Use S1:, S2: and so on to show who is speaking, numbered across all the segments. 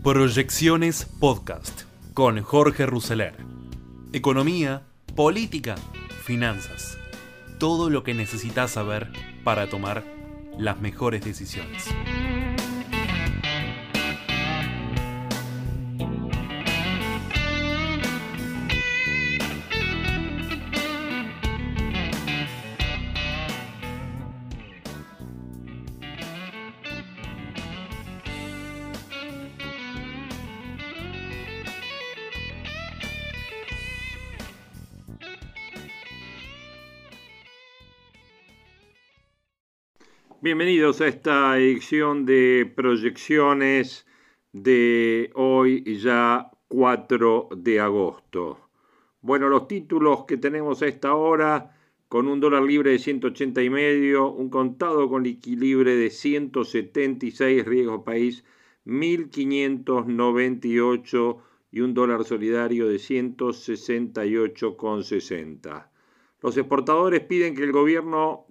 S1: Proyecciones Podcast con Jorge Rousseler. Economía, política, finanzas. Todo lo que necesitas saber para tomar las mejores decisiones.
S2: Bienvenidos a esta edición de Proyecciones de hoy, ya 4 de agosto. Bueno, los títulos que tenemos a esta hora, con un dólar libre de 180,5, un contado con liquilibre de 176, riesgo país 1.598 y un dólar solidario de 168,60. Los exportadores piden que el gobierno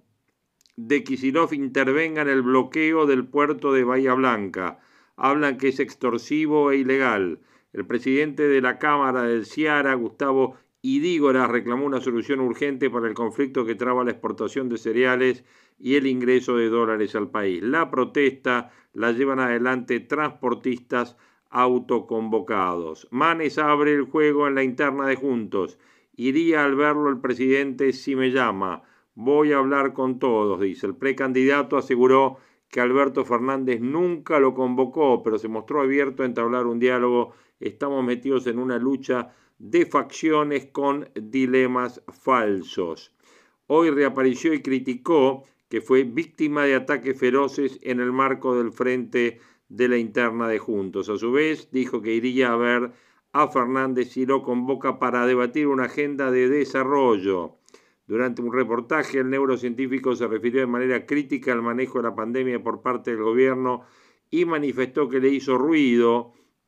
S2: de Kicillof intervenga en el bloqueo del puerto de Bahía Blanca. Hablan que es extorsivo e ilegal. El presidente de la Cámara del Ciara, Gustavo Idígoras, reclamó una solución urgente para el conflicto que traba la exportación de cereales y el ingreso de dólares al país. La protesta la llevan adelante transportistas autoconvocados. Manes abre el juego en la interna de Juntos. Iría al verlo el presidente si me llama. Voy a hablar con todos, dice. El precandidato aseguró que Alberto Fernández nunca lo convocó, pero se mostró abierto a entablar un diálogo. Estamos metidos en una lucha de facciones con dilemas falsos. Hoy reapareció y criticó que fue víctima de ataques feroces en el marco del frente de la interna de Juntos. A su vez, dijo que iría a ver a Fernández si lo convoca para debatir una agenda de desarrollo. Durante un reportaje, el neurocientífico se refirió de manera crítica al manejo de la pandemia por parte del gobierno y manifestó que le hizo ruido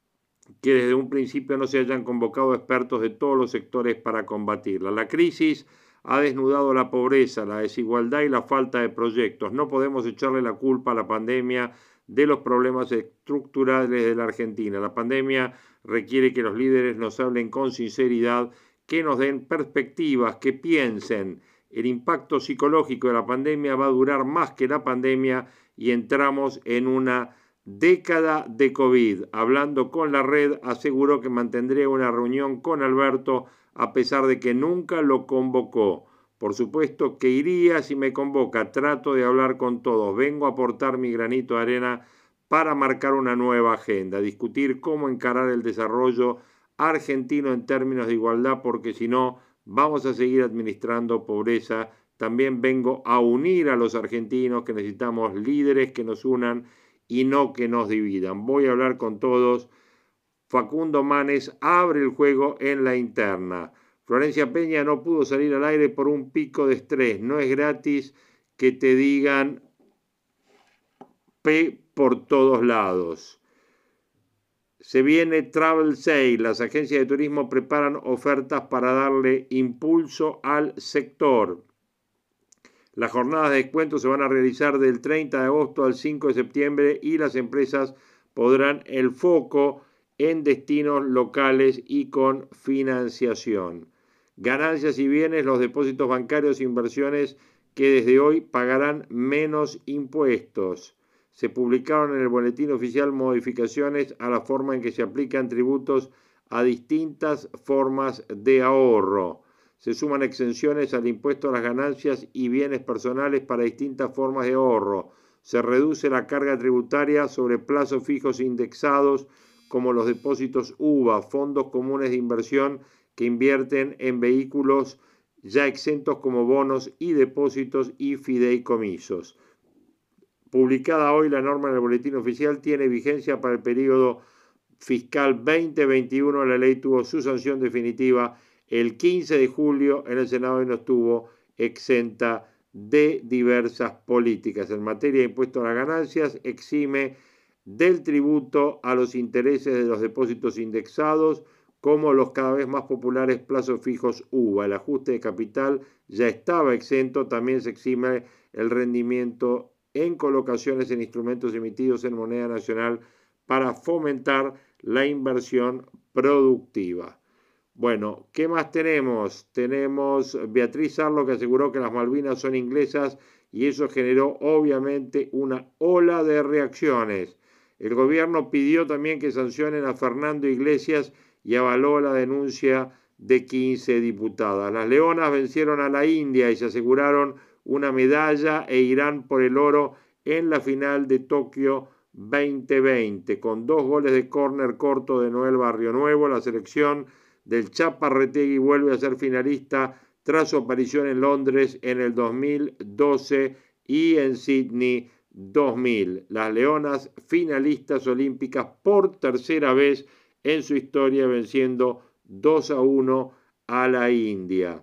S2: que desde un principio no se hayan convocado expertos de todos los sectores para combatirla. La crisis ha desnudado la pobreza, la desigualdad y la falta de proyectos. No podemos echarle la culpa a la pandemia de los problemas estructurales de la Argentina. La pandemia requiere que los líderes nos hablen con sinceridad, que nos den perspectivas, que piensen. El impacto psicológico de la pandemia va a durar más que la pandemia y entramos en una década de COVID. Hablando con la red, aseguró que mantendría una reunión con Alberto a pesar de que nunca lo convocó. Por supuesto que iría si me convoca. Trato de hablar con todos. Vengo a aportar mi granito de arena para marcar una nueva agenda, discutir cómo encarar el desarrollo argentino en términos de igualdad, porque si no vamos a seguir administrando pobreza. También vengo a unir a los argentinos, que necesitamos líderes que nos unan y no que nos dividan. Voy a hablar con todos. Facundo Manes abre el juego en la interna. Florencia Peña no pudo salir al aire por un pico de estrés. No es gratis que te digan P por todos lados. Se viene Travel Sale. Las agencias de turismo preparan ofertas para darle impulso al sector. Las jornadas de descuento se van a realizar del 30 de agosto al 5 de septiembre y las empresas podrán el foco en destinos locales y con financiación. Ganancias y bienes, los depósitos bancarios e inversiones que desde hoy pagarán menos impuestos. Se publicaron en el boletín oficial modificaciones a la forma en que se aplican tributos a distintas formas de ahorro. Se suman exenciones al impuesto a las ganancias y bienes personales para distintas formas de ahorro. Se reduce la carga tributaria sobre plazos fijos indexados como los depósitos UVA, fondos comunes de inversión que invierten en vehículos ya exentos como bonos y depósitos y fideicomisos. Publicada hoy la norma en el boletín oficial, tiene vigencia para el periodo fiscal 2021. La ley tuvo su sanción definitiva el 15 de julio en el Senado y no estuvo exenta de diversas políticas. En materia de impuesto a las ganancias, exime del tributo a los intereses de los depósitos indexados, como los cada vez más populares plazos fijos UVA. El ajuste de capital ya estaba exento. También se exime el rendimiento en colocaciones en instrumentos emitidos en moneda nacional para fomentar la inversión productiva. Bueno, ¿qué más tenemos? Tenemos Beatriz Arlo, que aseguró que las Malvinas son inglesas y eso generó obviamente una ola de reacciones. El gobierno pidió también que sancionen a Fernando Iglesias y avaló la denuncia de 15 diputadas. Las Leonas vencieron a la India y se aseguraron una medalla e irán por el oro en la final de Tokio 2020. Con 2 goles de córner corto de Noel Barrio Nuevo, la selección del Chaparretegui vuelve a ser finalista tras su aparición en Londres en el 2012 y en Sydney 2000. Las Leonas finalistas olímpicas por tercera vez en su historia, venciendo 2-1 a la India.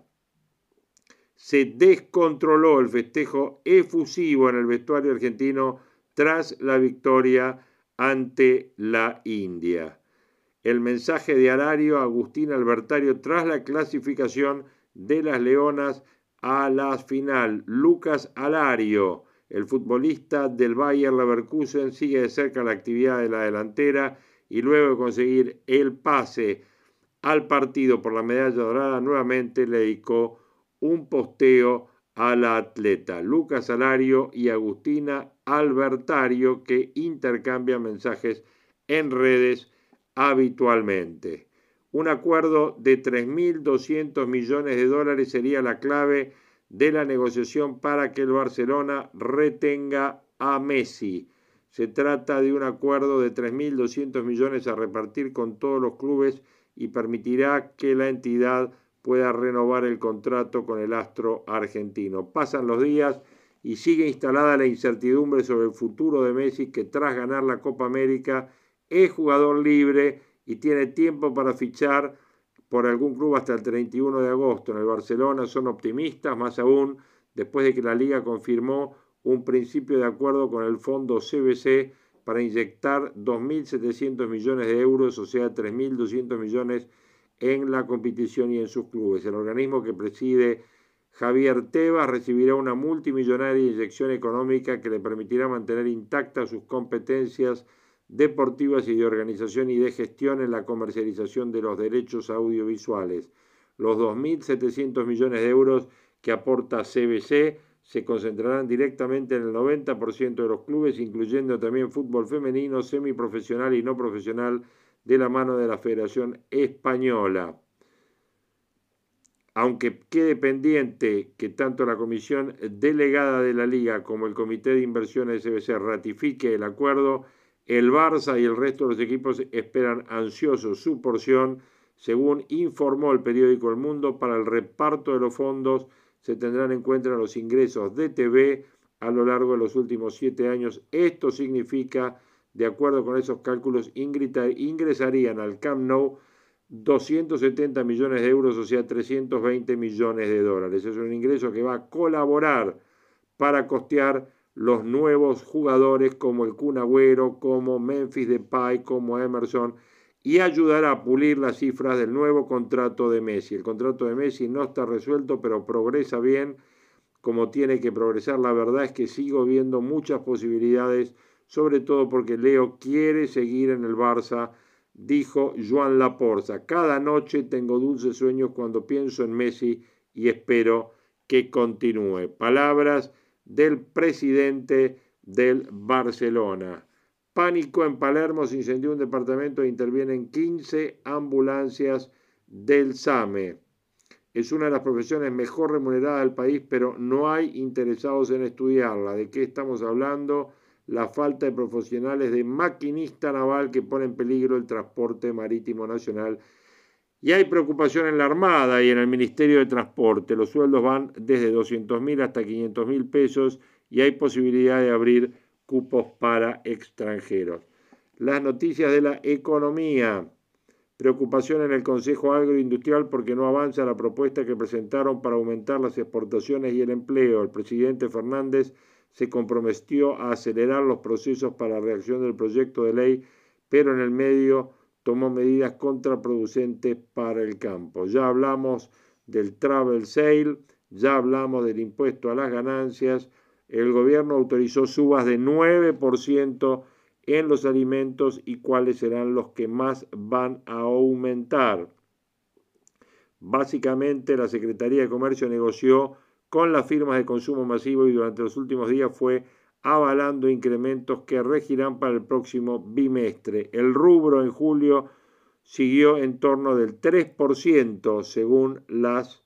S2: Se descontroló el festejo efusivo en el vestuario argentino tras la victoria ante la India. El mensaje de Alario a Agustín Albertario tras la clasificación de las Leonas a la final. Lucas Alario, el futbolista del Bayer Leverkusen, sigue de cerca la actividad de la delantera y luego de conseguir el pase al partido por la medalla dorada, nuevamente le dedicó un posteo a la atleta. Lucas Alario y Agustina Albertario, que intercambian mensajes en redes habitualmente. Un acuerdo de 3.200 millones de dólares sería la clave de la negociación para que el Barcelona retenga a Messi. Se trata de un acuerdo de 3.200 millones a repartir con todos los clubes y permitirá que la entidad pueda renovar el contrato con el astro argentino. Pasan los días y sigue instalada la incertidumbre sobre el futuro de Messi, que tras ganar la Copa América es jugador libre y tiene tiempo para fichar por algún club hasta el 31 de agosto. En el Barcelona son optimistas, más aún después de que la Liga confirmó un principio de acuerdo con el fondo CBC para inyectar 2.700 millones de euros, o sea, 3.200 millones en la competición y en sus clubes. El organismo que preside Javier Tebas recibirá una multimillonaria inyección económica que le permitirá mantener intactas sus competencias deportivas y de organización y de gestión en la comercialización de los derechos audiovisuales. Los 2.700 millones de euros que aporta CBC se concentrarán directamente en el 90% de los clubes, incluyendo también fútbol femenino, semiprofesional y no profesional, de la mano de la Federación Española. Aunque quede pendiente que tanto la comisión delegada de la Liga como el Comité de Inversiones CBC ratifique el acuerdo, el Barça y el resto de los equipos esperan ansiosos su porción. Según informó el periódico El Mundo, para el reparto de los fondos se tendrán en cuenta los ingresos de TV a lo largo de los últimos 7 años. Esto significa, de acuerdo con esos cálculos, ingresarían al Camp Nou 270 millones de euros, o sea, 320 millones de dólares. Es un ingreso que va a colaborar para costear los nuevos jugadores como el Kun Agüero, como Memphis Depay, como Emerson, y ayudará a pulir las cifras del nuevo contrato de Messi. El contrato de Messi no está resuelto, pero progresa bien como tiene que progresar. La verdad es que sigo viendo muchas posibilidades, sobre todo porque Leo quiere seguir en el Barça, dijo Joan Laporta. Cada noche tengo dulces sueños cuando pienso en Messi y espero que continúe. Palabras del presidente del Barcelona. Pánico en Palermo, se incendió un departamento e intervienen 15 ambulancias del SAME. Es una de las profesiones mejor remuneradas del país, pero no hay interesados en estudiarla. ¿De qué estamos hablando? La falta de profesionales de maquinista naval que pone en peligro el transporte marítimo nacional. Y hay preocupación en la Armada y en el Ministerio de Transporte. Los sueldos van desde 200.000 hasta 500.000 pesos y hay posibilidad de abrir cupos para extranjeros. Las noticias de la economía. Preocupación en el Consejo Agroindustrial porque no avanza la propuesta que presentaron para aumentar las exportaciones y el empleo. El presidente Fernández se comprometió a acelerar los procesos para la redacción del proyecto de ley, pero en el medio tomó medidas contraproducentes para el campo. Ya hablamos del travel sale, ya hablamos del impuesto a las ganancias. El gobierno autorizó subas de 9% en los alimentos y cuáles serán los que más van a aumentar. Básicamente, la Secretaría de Comercio negoció con las firmas de consumo masivo y durante los últimos días fue avalando incrementos que regirán para el próximo bimestre. El rubro en julio siguió en torno del 3% según las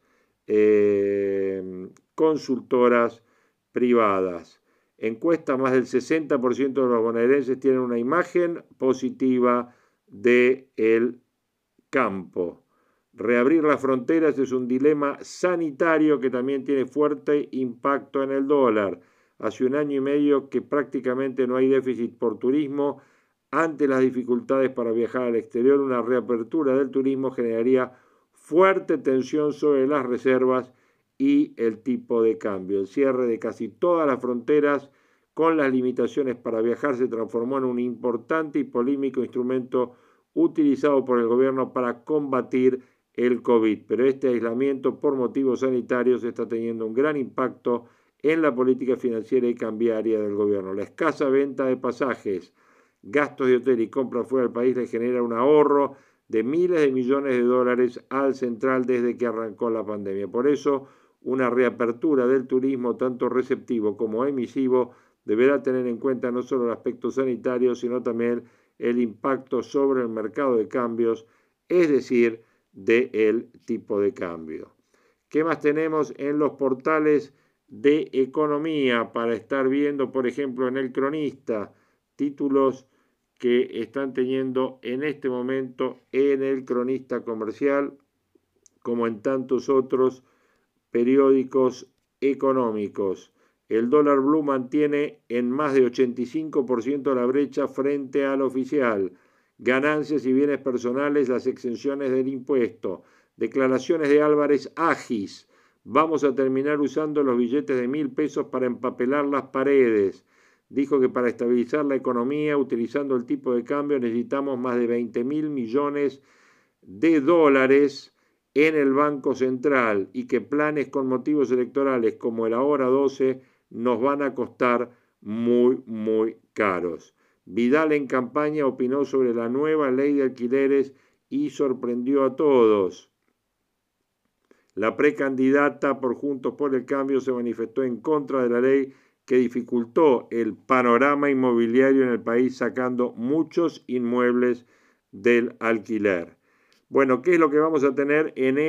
S2: consultoras privadas. Encuesta, más del 60% de los bonaerenses tienen una imagen positiva del campo. Reabrir las fronteras es un dilema sanitario que también tiene fuerte impacto en el dólar. Hace un año y medio que prácticamente no hay déficit por turismo. Ante las dificultades para viajar al exterior, una reapertura del turismo generaría fuerte tensión sobre las reservas y el tipo de cambio. El cierre de casi todas las fronteras con las limitaciones para viajar se transformó en un importante y polémico instrumento utilizado por el gobierno para combatir el COVID, pero este aislamiento por motivos sanitarios está teniendo un gran impacto en la política financiera y cambiaria del gobierno. La escasa venta de pasajes, gastos de hotel y compras fuera del país le genera un ahorro de miles de millones de dólares al central desde que arrancó la pandemia. Por eso, una reapertura del turismo, tanto receptivo como emisivo, deberá tener en cuenta no solo el aspecto sanitario, sino también el impacto sobre el mercado de cambios, es decir, del tipo de cambio. ¿Qué más tenemos en los portales de economía para estar viendo, por ejemplo, en El Cronista? Títulos que están teniendo en este momento en El Cronista Comercial, como en tantos otros periódicos económicos. El dólar blue mantiene en más de 85% la brecha frente al oficial. Ganancias y bienes personales, las exenciones del impuesto. Declaraciones de Álvarez Agis. Vamos a terminar usando los billetes de 1.000 pesos para empapelar las paredes. Dijo que para estabilizar la economía, utilizando el tipo de cambio, necesitamos más de 20.000 millones de dólares en el Banco Central y que planes con motivos electorales como el Ahora 12 nos van a costar muy, muy caros. Vidal en campaña opinó sobre la nueva ley de alquileres y sorprendió a todos. La precandidata por Juntos por el Cambio se manifestó en contra de la ley que dificultó el panorama inmobiliario en el país, sacando muchos inmuebles del alquiler. Bueno, ¿qué es lo que vamos a tener en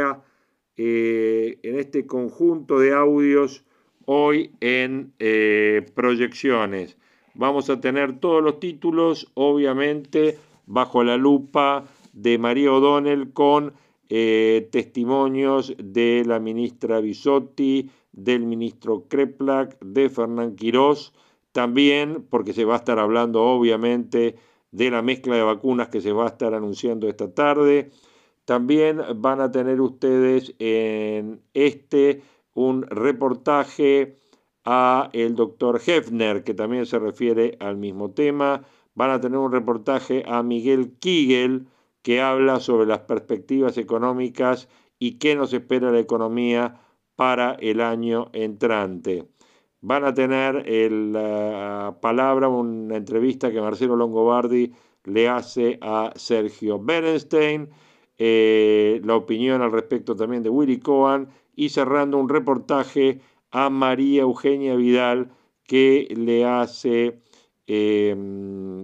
S2: este conjunto de audios hoy en proyecciones? Vamos a tener todos los títulos, obviamente, bajo la lupa de María O'Donnell, con testimonios de la ministra Bisotti, del ministro Kreplak, de Fernán Quirós, también porque se va a estar hablando, obviamente, de la mezcla de vacunas que se va a estar anunciando esta tarde. También van a tener ustedes en un reportaje a el doctor Hefner, que también se refiere al mismo tema. Van a tener un reportaje a Miguel Kigel, que habla sobre las perspectivas económicas y qué nos espera la economía para el año entrante. Van a tener la palabra, una entrevista que Marcelo Longobardi le hace a Sergio Berenstein, la opinión al respecto también de Willy Cohen, y cerrando un reportaje a María Eugenia Vidal, que le hace en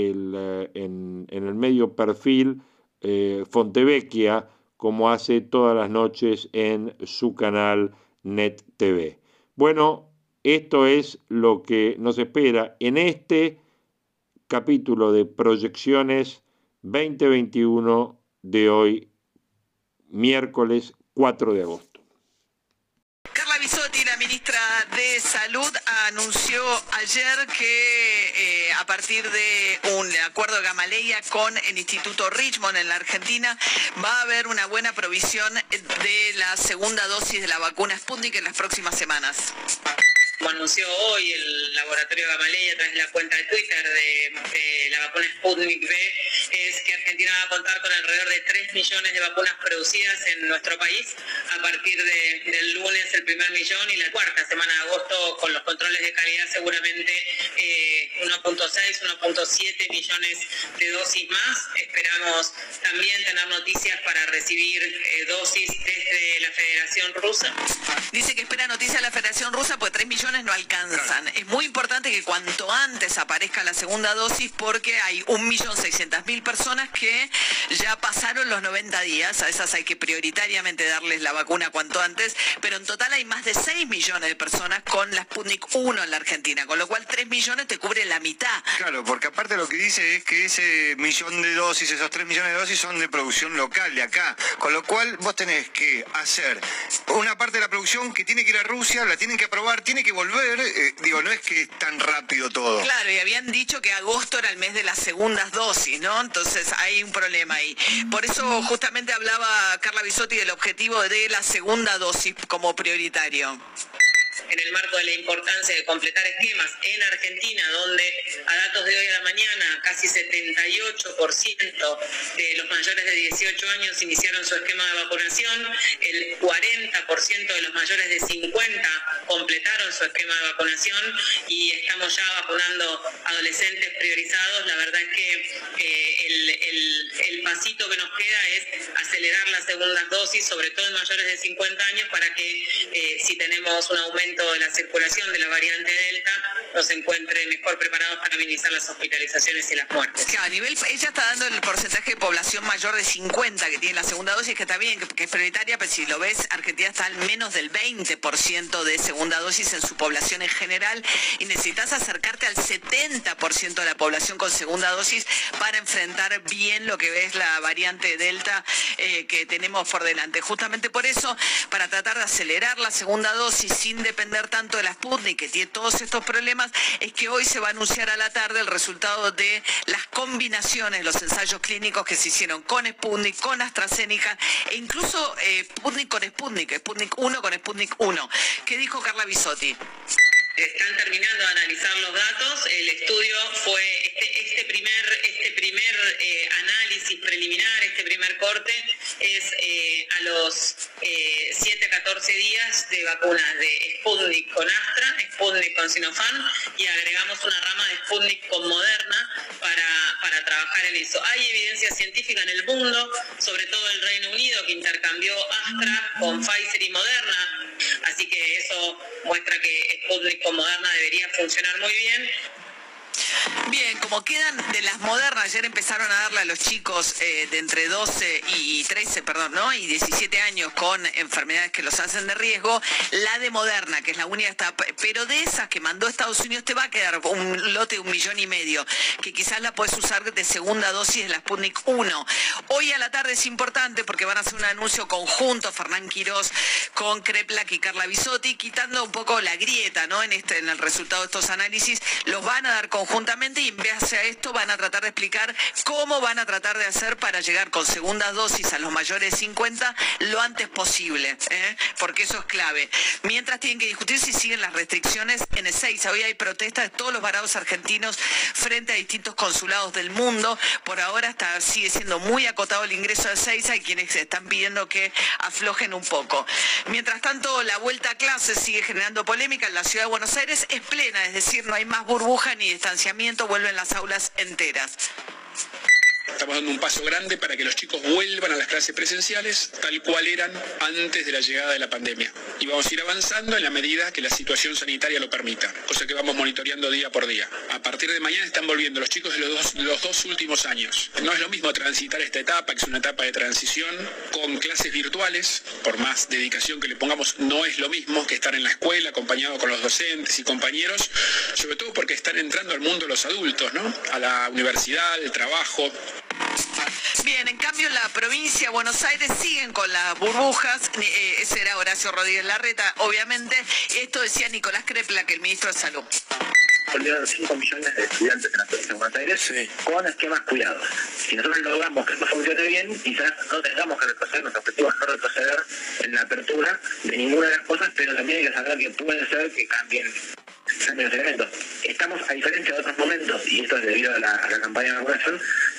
S2: el medio Perfil Fontevecchia, como hace todas las noches en su canal Net TV. Bueno, esto es lo que nos espera en este capítulo de Proyecciones 2021 de hoy, miércoles 4 de agosto.
S3: Carla Bisotti, la ministra de Salud, anunció ayer que a partir de un acuerdo de Gamaleya con el Instituto Richmond en la Argentina va a haber una buena provisión de la segunda dosis de la vacuna Sputnik en las próximas semanas.
S4: Como anunció hoy el laboratorio Gamaleya a través de la cuenta de Twitter de la vacuna Sputnik V, es que Argentina va a contar con alrededor de 3 millones de vacunas producidas en nuestro país a partir del lunes el primer millón, y la cuarta semana de agosto con los controles de calidad seguramente 1.6, 1.7 millones de dosis más. Esperamos también tener noticias para recibir dosis desde la Federación Rusa.
S3: Dice que espera noticias de la Federación Rusa porque 3 millones no alcanzan. Claro. Es muy importante que cuanto antes aparezca la segunda dosis porque hay 1.600.000 personas que ya pasaron los 90 días. A esas hay que prioritariamente darles la vacuna cuanto antes, pero en total hay más de 6 millones de personas con la Sputnik 1 en la Argentina, con lo cual 3 millones te cubre la mitad.
S5: Claro, porque aparte lo que dice es que ese millón de dosis, esos 3 millones de dosis son de producción local, de acá, con lo cual vos tenés que hacer una parte de la producción que tiene que ir a Rusia, la tienen que aprobar, tiene que volver, no es que es tan rápido todo.
S3: Claro, y habían dicho que agosto era el mes de las segundas dosis, ¿no? Entonces hay un problema ahí. Por eso justamente hablaba Carla Bisotti del objetivo de la segunda dosis como prioritario.
S4: En el marco de la importancia de completar esquemas en Argentina, donde a datos de hoy a la mañana casi 78% de los mayores de 18 años iniciaron su esquema de vacunación, el 40% de los mayores de 50 completaron su esquema de vacunación y estamos ya vacunando adolescentes priorizados. La verdad es que el pasito que nos queda es acelerar las segundas dosis, sobre todo en mayores de 50 años, para que si tenemos un aumento de la circulación de la variante Delta, nos encuentre mejor preparados para minimizar las hospitalizaciones y las muertes.
S3: Claro, a nivel, ella está dando el porcentaje de población mayor de 50 que tiene la segunda dosis, que está bien, que es prioritaria, pero si lo ves, Argentina está al menos del 20% de segunda dosis en su población en general, y necesitas acercarte al 70% de la población con segunda dosis para enfrentar bien lo que ves la variante Delta que tenemos por delante. Justamente por eso, para tratar de acelerar la segunda dosis sin depender tanto de la Sputnik, que tiene todos estos problemas, es que hoy se va a anunciar a la tarde el resultado de las combinaciones, los ensayos clínicos que se hicieron con Sputnik, con AstraZeneca e incluso Sputnik con Sputnik, Sputnik 1 con Sputnik 1. ¿Qué dijo Carla Bisotti?
S4: Están terminando de analizar los datos. El estudio fue este primer análisis preliminar, este primer corte es a los 7-14 días de vacunas de Sputnik con Astra, Sputnik con Sinopharm, y agregamos una rama de Sputnik con Moderna para trabajar en eso. Hay evidencia científica en el mundo, sobre todo el Reino Unido, que intercambió Astra con Pfizer y Moderna, así que eso muestra que Sputnik con Moderna debería funcionar muy bien.
S3: Bien, como quedan de las Modernas, ayer empezaron a darle a los chicos de entre 12 y 13, ¿no? Y 17 años con enfermedades que los hacen de riesgo, la de Moderna, que es la única que está, pero de esas que mandó Estados Unidos te va a quedar un lote de 1,5 millones, que quizás la puedes usar de segunda dosis de la Sputnik 1. Hoy a la tarde es importante porque van a hacer un anuncio conjunto, Fernán Quirós con Kreplak y Carla Bisotti, quitando un poco la grieta, ¿no? En el resultado de estos análisis, los van a dar conjuntamente y en vez de esto van a tratar de explicar cómo van a tratar de hacer para llegar con segundas dosis a los mayores de 50 lo antes posible, porque eso es clave. Mientras tienen que discutir si siguen las restricciones en Ezeiza. Hoy hay protestas de todos los varados argentinos frente a distintos consulados del mundo. Por ahora sigue siendo muy acotado el ingreso a Ezeiza y quienes están pidiendo que aflojen un poco. Mientras tanto, la vuelta a clases sigue generando polémica. En la ciudad de Buenos Aires es plena, es decir, no hay más burbuja ni distanciamiento, vuelven las aulas enteras.
S6: Estamos dando un paso grande para que los chicos vuelvan a las clases presenciales tal cual eran antes de la llegada de la pandemia. Y vamos a ir avanzando en la medida que la situación sanitaria lo permita, cosa que vamos monitoreando día por día. A partir de mañana están volviendo los chicos de los dos últimos años. No es lo mismo transitar esta etapa, que es una etapa de transición, con clases virtuales, por más dedicación que le pongamos, no es lo mismo que estar en la escuela acompañado con los docentes y compañeros, sobre todo porque están entrando al mundo los adultos, ¿no? A la universidad, al trabajo.
S3: Bien, en cambio en la provincia de Buenos Aires siguen con las burbujas, ese era Horacio Rodríguez Larreta, obviamente, esto decía Nicolás Kreplak, el ministro de Salud.
S7: Volvieron 5 millones de estudiantes en la provincia de Buenos Aires, sí, con esquemas cuidados. Si nosotros logramos que esto funcione bien, quizás no tengamos que retroceder, nuestro objetivo es no retroceder en la apertura de ninguna de las cosas, pero también hay que saber que puede ser que cambien los elementos. Estamos, a diferencia de otros momentos, y esto es debido a la campaña de vacunación,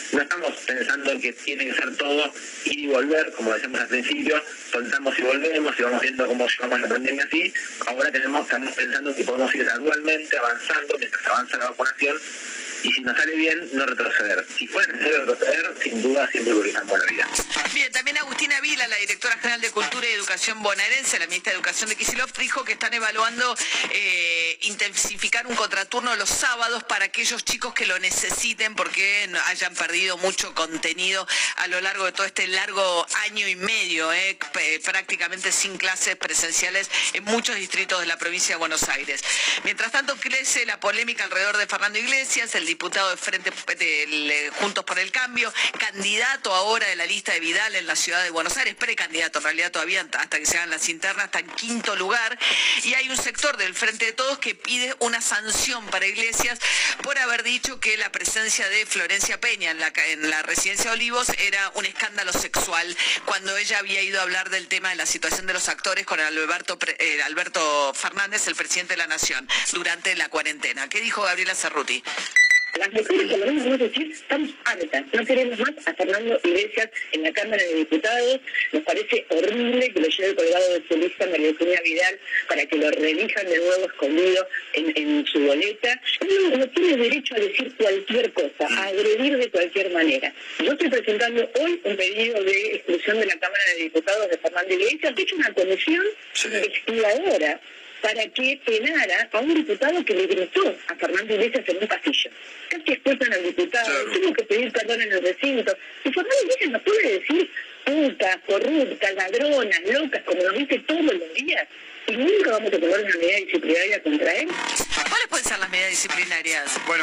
S7: No estamos pensando que tiene que ser todo ir y volver, como decíamos al principio, soltamos y volvemos y vamos viendo cómo llevamos la pandemia así. Ahora estamos pensando que podemos ir gradualmente avanzando mientras avanza la vacunación, y si nos sale bien, no retroceder. Si fuera necesario retroceder, sin duda siempre priorizamos la vida.
S3: Bien, también Agustina Vila, la directora general de Cultura y Educación bonaerense, la ministra de Educación de Kicillof, dijo que están evaluando intensificar un contraturno los sábados para aquellos chicos que lo necesiten porque hayan perdido mucho contenido a lo largo de todo este largo año y medio, prácticamente sin clases presenciales en muchos distritos de la provincia de Buenos Aires. Mientras tanto, crece la polémica alrededor de Fernando Iglesias, el diputado de Frente de Juntos por el Cambio, candidato ahora de la lista de Vidal en la ciudad de Buenos Aires, precandidato en realidad todavía hasta que se hagan las internas, está en quinto lugar, y hay un sector del Frente de Todos que pide una sanción para Iglesias por haber dicho que la presencia de Florencia Peña en la residencia Olivos era un escándalo sexual, cuando ella había ido a hablar del tema de la situación de los actores con Alberto Fernández, el presidente de la Nación, durante la cuarentena. ¿Qué dijo Gabriela Cerruti?
S8: Las mujeres, por lo menos podemos decir, estamos hartas. No queremos más a Fernando Iglesias en la Cámara de Diputados. Nos parece horrible que lo lleve colgado de su lista María Eugenia Vidal para que lo reelijan de nuevo escondido en su boleta. Él no tiene derecho a decir cualquier cosa, a agredir de cualquier manera. Yo estoy presentando hoy un pedido de exclusión de la Cámara de Diputados de Fernando Iglesias. He hecho una comisión investigadora para que penara a un diputado que le gritó a Fernando Iglesias en un pasillo. Casi expulsan al diputado, tuvo que pedir perdón en el recinto. Y Fernando Iglesias nos puede decir putas, corruptas, ladronas, locas, como nos dice todos los días, y nunca vamos a tomar una medida disciplinaria contra él.
S3: ¿Cuáles pueden ser las medidas disciplinarias?
S5: Bueno,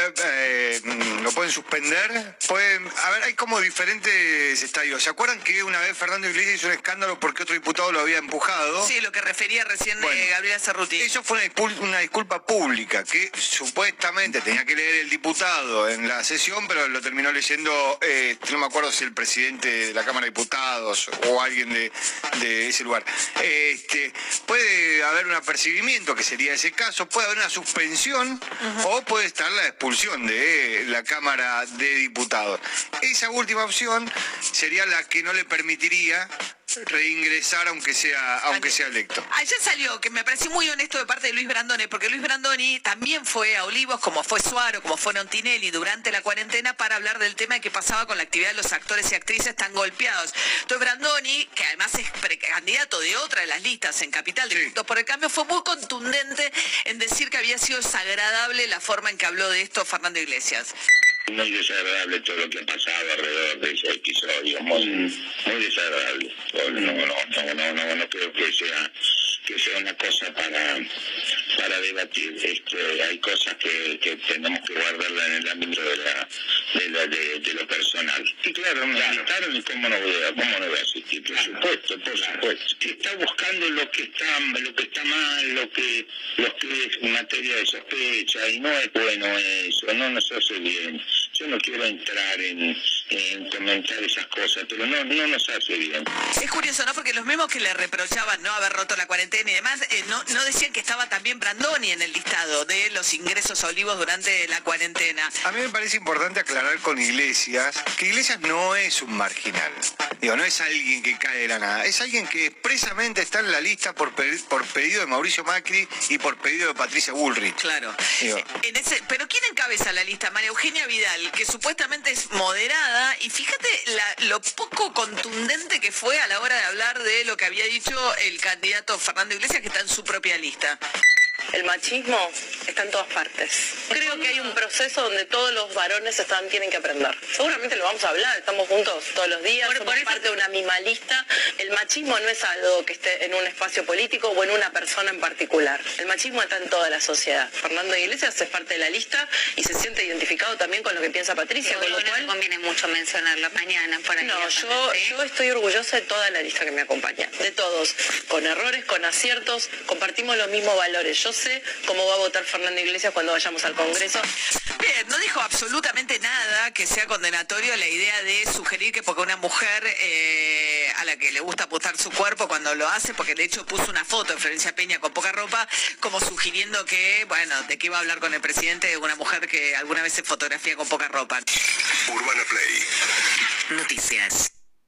S5: lo pueden suspender, a ver, hay como diferentes estadios. ¿Se acuerdan que una vez Fernando Iglesias hizo un escándalo porque otro diputado lo había empujado?
S3: Sí, lo que refería recién Gabriela Cerruti.
S5: Eso fue una disculpa pública que supuestamente tenía que leer el diputado en la sesión, pero lo terminó leyendo, no me acuerdo si el presidente de la Cámara de Diputados o alguien de ese lugar. Puede haber un apercibimiento, que sería ese caso, puede haber una suspensión o puede estar la expulsión de la Cámara de Diputados. Esa última opción sería la que no le permitiría reingresar aunque sea electo.
S3: Ayer salió, que me pareció muy honesto de parte de Luis Brandoni, porque Luis Brandoni también fue a Olivos, como fue Suaro, como fue Nontinelli, durante la cuarentena, para hablar del tema de qué pasaba con la actividad de los actores y actrices tan golpeados. Entonces Brandoni, que además es precandidato de otra de las listas en Capital de Juntos por el Cambio, fue muy contundente en decir que había sido desagradable la forma en que habló de esto Fernando Iglesias.
S9: Muy desagradable todo lo que ha pasado alrededor de ese episodio, muy desagradable. No creo que sea una cosa para debatir. Hay cosas que tenemos que guardarla en el ámbito de lo personal. Y claro, me invitaron y cómo no voy a asistir, por supuesto. Si está buscando lo que está mal, lo que es materia de sospecha, y no es bueno eso, no nos hace bien. Yo no quiero entrar en comentar esas cosas, pero no nos hace bien.
S3: Es curioso, ¿no? Porque los mismos que le reprochaban no haber roto la cuarentena y demás, no decían que estaba también Brandoni en el listado de los ingresos a Olivos durante la cuarentena.
S5: A mí me parece importante aclarar con Iglesias que Iglesias no es un marginal. Digo, no es alguien que cae de la nada. Es alguien que expresamente está en la lista por pedido de Mauricio Macri y por pedido de Patricia Bullrich.
S3: Claro. Pero ¿quién encabeza la lista? María Eugenia Vidal, que supuestamente es moderada, y fíjate lo poco contundente que fue a la hora de hablar de lo que había dicho el candidato Fernando Iglesias, que está en su propia lista.
S10: El machismo está en todas partes. Creo que hay un proceso donde todos los varones tienen que aprender. Seguramente lo vamos a hablar, estamos juntos todos los días, somos parte de una misma lista. El machismo no es algo que esté en un espacio político o en una persona en particular. El machismo está en toda la sociedad. Fernando Iglesias es parte de la lista y se siente identificado también con lo que piensa Patricia.
S11: Con lo cual no conviene mucho mencionarlo mañana.
S10: No, yo estoy orgullosa de toda la lista que me acompaña. De todos, con errores, con aciertos, compartimos los mismos valores. Yo sé cómo va a votar Fernando Iglesias cuando vayamos al Congreso.
S3: Bien, no dijo absolutamente nada que sea condenatorio la idea de sugerir que porque una mujer a la que le gusta apostar su cuerpo cuando lo hace, porque de hecho puso una foto de Florencia Peña con poca ropa, como sugiriendo que, bueno, de qué iba a hablar con el presidente de una mujer que alguna vez se fotografía con poca ropa.
S12: Urbana Play.
S3: Noticias.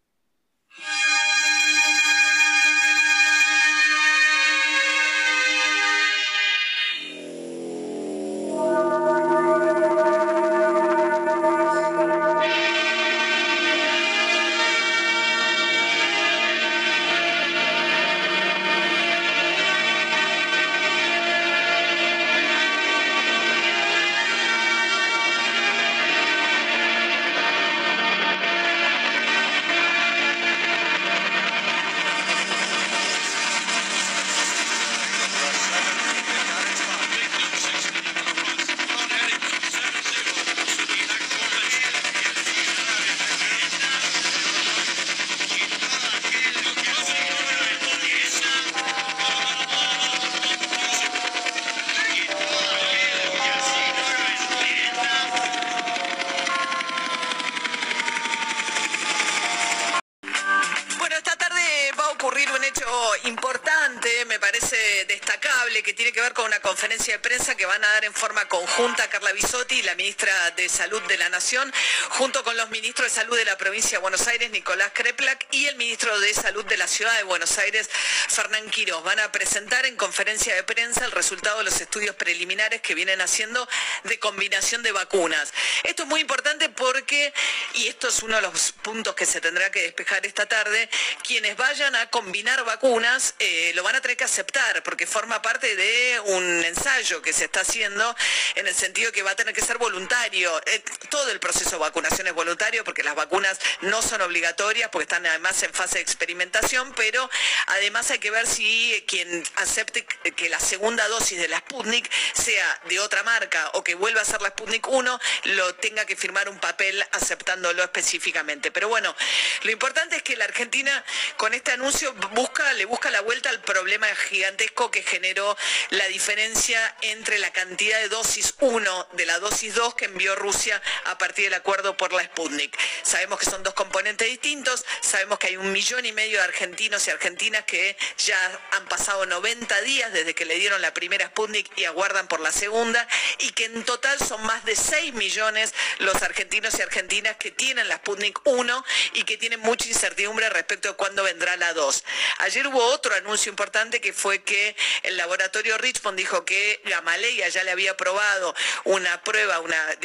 S3: Importante, me parece destacable, que tiene que ver con una conferencia de prensa que van a dar en forma conjunta Carla Bisotti, la ministra de Salud de la Nación, junto con los ministros de Salud de la provincia de Buenos Aires, Nicolás Kreplak, y el ministro de Salud de la Ciudad de Buenos Aires, Fernán Quirós. Van a presentar en conferencia de prensa el resultado de los estudios preliminares que vienen haciendo de combinación de vacunas. Esto es muy importante porque, y esto es uno de los puntos que se tendrá que despejar esta tarde, quienes vayan a combinar vacunas lo van a tener que aceptar porque forma parte de un ensayo que se está haciendo en el sentido que va a tener que ser voluntario. Todo el proceso de vacunación es voluntario porque las vacunas no son obligatorias porque están además en fase de experimentación, pero además hay que ver si quien acepte que la segunda dosis de la Sputnik sea de otra marca o que vuelva a ser la Sputnik 1, lo tenga que firmar un papel aceptándolo específicamente. Pero bueno, lo importante es que la Argentina con este anuncio le busca la vuelta al problema gigantesco que generó la diferencia entre la cantidad de dosis 1 de la dosis 2 que envió Rusia a partir del acuerdo por la Sputnik. Sabemos que son dos componentes distintos, sabemos que hay 1,5 millones de argentinos y argentinas que ya han pasado 90 días desde que le dieron la primera Sputnik y aguardan por la segunda, y que en total son más de 6 millones los argentinos y argentinas que tienen la Sputnik 1 y que tienen mucha incertidumbre respecto de cuándo vendrá la 2. Ayer hubo otro anuncio importante que fue que el laboratorio Richmond dijo que Gamaleya ya le había aprobado una prueba,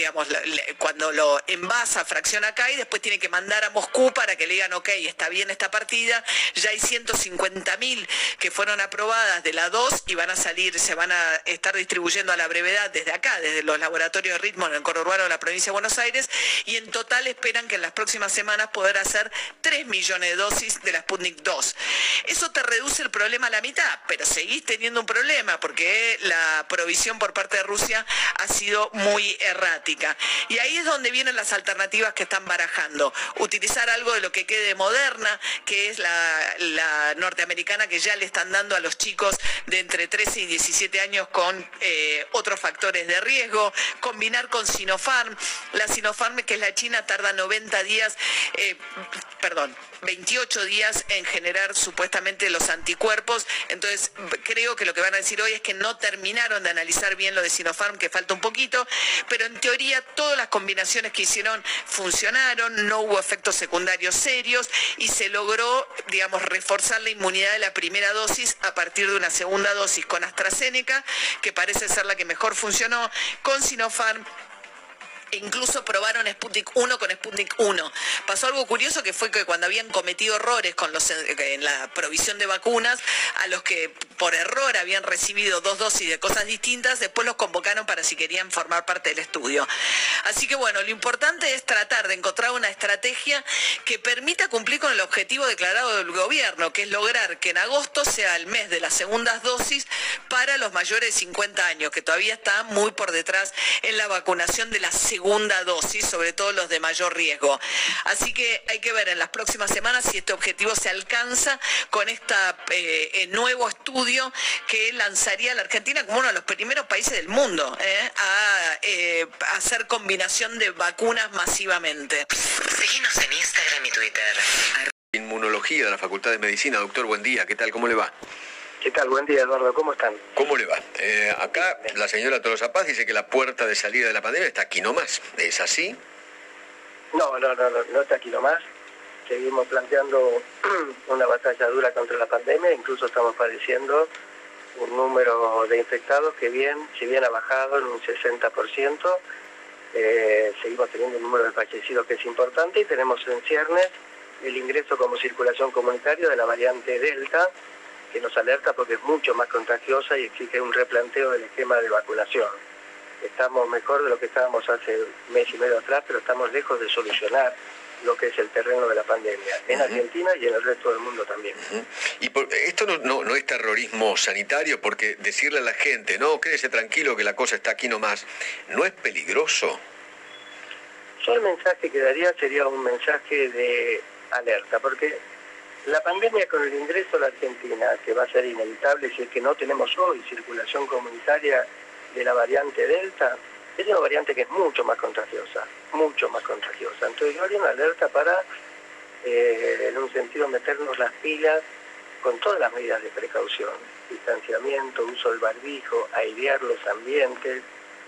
S3: cuando lo envasa, fracciona acá y después tiene que mandar a Moscú para que le digan, ok, está bien esta partida, ya hay 150.000 que fueron aprobadas de la 2 y van a salir, se van a estar distribuyendo a la brevedad desde acá, desde los laboratorios Richmond en el conurbano de la provincia de Buenos Aires, y en total esperan que en las próximas semanas poder hacer 3 millones de dosis de la Sputnik 2. Eso te reduce el problema a la mitad, pero seguís teniendo un problema porque la provisión por parte de Rusia ha sido muy errática. Y ahí es donde vienen las alternativas que están barajando. Utilizar algo de lo que quede de Moderna, que es la norteamericana que ya le están dando a los chicos de entre 13 y 17 años con otros factores de riesgo. Combinar con Sinopharm. La Sinopharm, que es la china, tarda 28 días en generar supuestamente los anticuerpos. Entonces creo que lo que van a decir hoy es que no terminaron de analizar bien lo de Sinopharm, que falta un poquito, pero en teoría todas las combinaciones que hicieron funcionaron, no hubo efectos secundarios serios y se logró, reforzar la inmunidad de la primera dosis a partir de una segunda dosis con AstraZeneca, que parece ser la que mejor funcionó, con Sinopharm. Incluso probaron Sputnik 1 con Sputnik 1. Pasó algo curioso, que fue que cuando habían cometido errores en la provisión de vacunas, a los que por error habían recibido 2 dosis de cosas distintas, después los convocaron para si querían formar parte del estudio. Así que bueno, lo importante es tratar de encontrar una estrategia que permita cumplir con el objetivo declarado del gobierno, que es lograr que en agosto sea el mes de las segundas dosis, para los mayores de 50 años, que todavía está muy por detrás en la vacunación de la segunda dosis, sobre todo los de mayor riesgo. Así que hay que ver en las próximas semanas si este objetivo se alcanza con este nuevo estudio que lanzaría la Argentina como uno de los primeros países del mundo a hacer combinación de vacunas masivamente.
S13: Síguenos en Instagram y Twitter.
S14: Inmunología de la Facultad de Medicina. Doctor, buen día. ¿Qué tal? ¿Cómo le va?
S15: ¿Qué tal? Buen día, Eduardo. ¿Cómo están?
S14: ¿Cómo le va? Acá la señora Tolosa Paz dice que la puerta de salida de la pandemia está aquí nomás. ¿Es así?
S15: No está aquí nomás. Seguimos planteando una batalla dura contra la pandemia. Incluso estamos padeciendo un número de infectados que si bien ha bajado en un 60%, seguimos teniendo un número de fallecidos que es importante y tenemos en ciernes el ingreso como circulación comunitaria de la variante Delta, que nos alerta porque es mucho más contagiosa y exige un replanteo del esquema de vacunación. Estamos mejor de lo que estábamos hace un mes y medio atrás, pero estamos lejos de solucionar lo que es el terreno de la pandemia, en Argentina y en el resto del mundo también.
S14: Y esto no es terrorismo sanitario, porque decirle a la gente, no, quédese tranquilo que la cosa está aquí nomás, ¿no es peligroso?
S15: Yo el mensaje que daría sería un mensaje de alerta, porque la pandemia con el ingreso a la Argentina, que va a ser inevitable si es que no tenemos hoy circulación comunitaria de la variante Delta, es una variante que es mucho más contagiosa. Entonces yo haría una alerta para, en un sentido, meternos las pilas con todas las medidas de precaución, distanciamiento, uso del barbijo, airear los ambientes.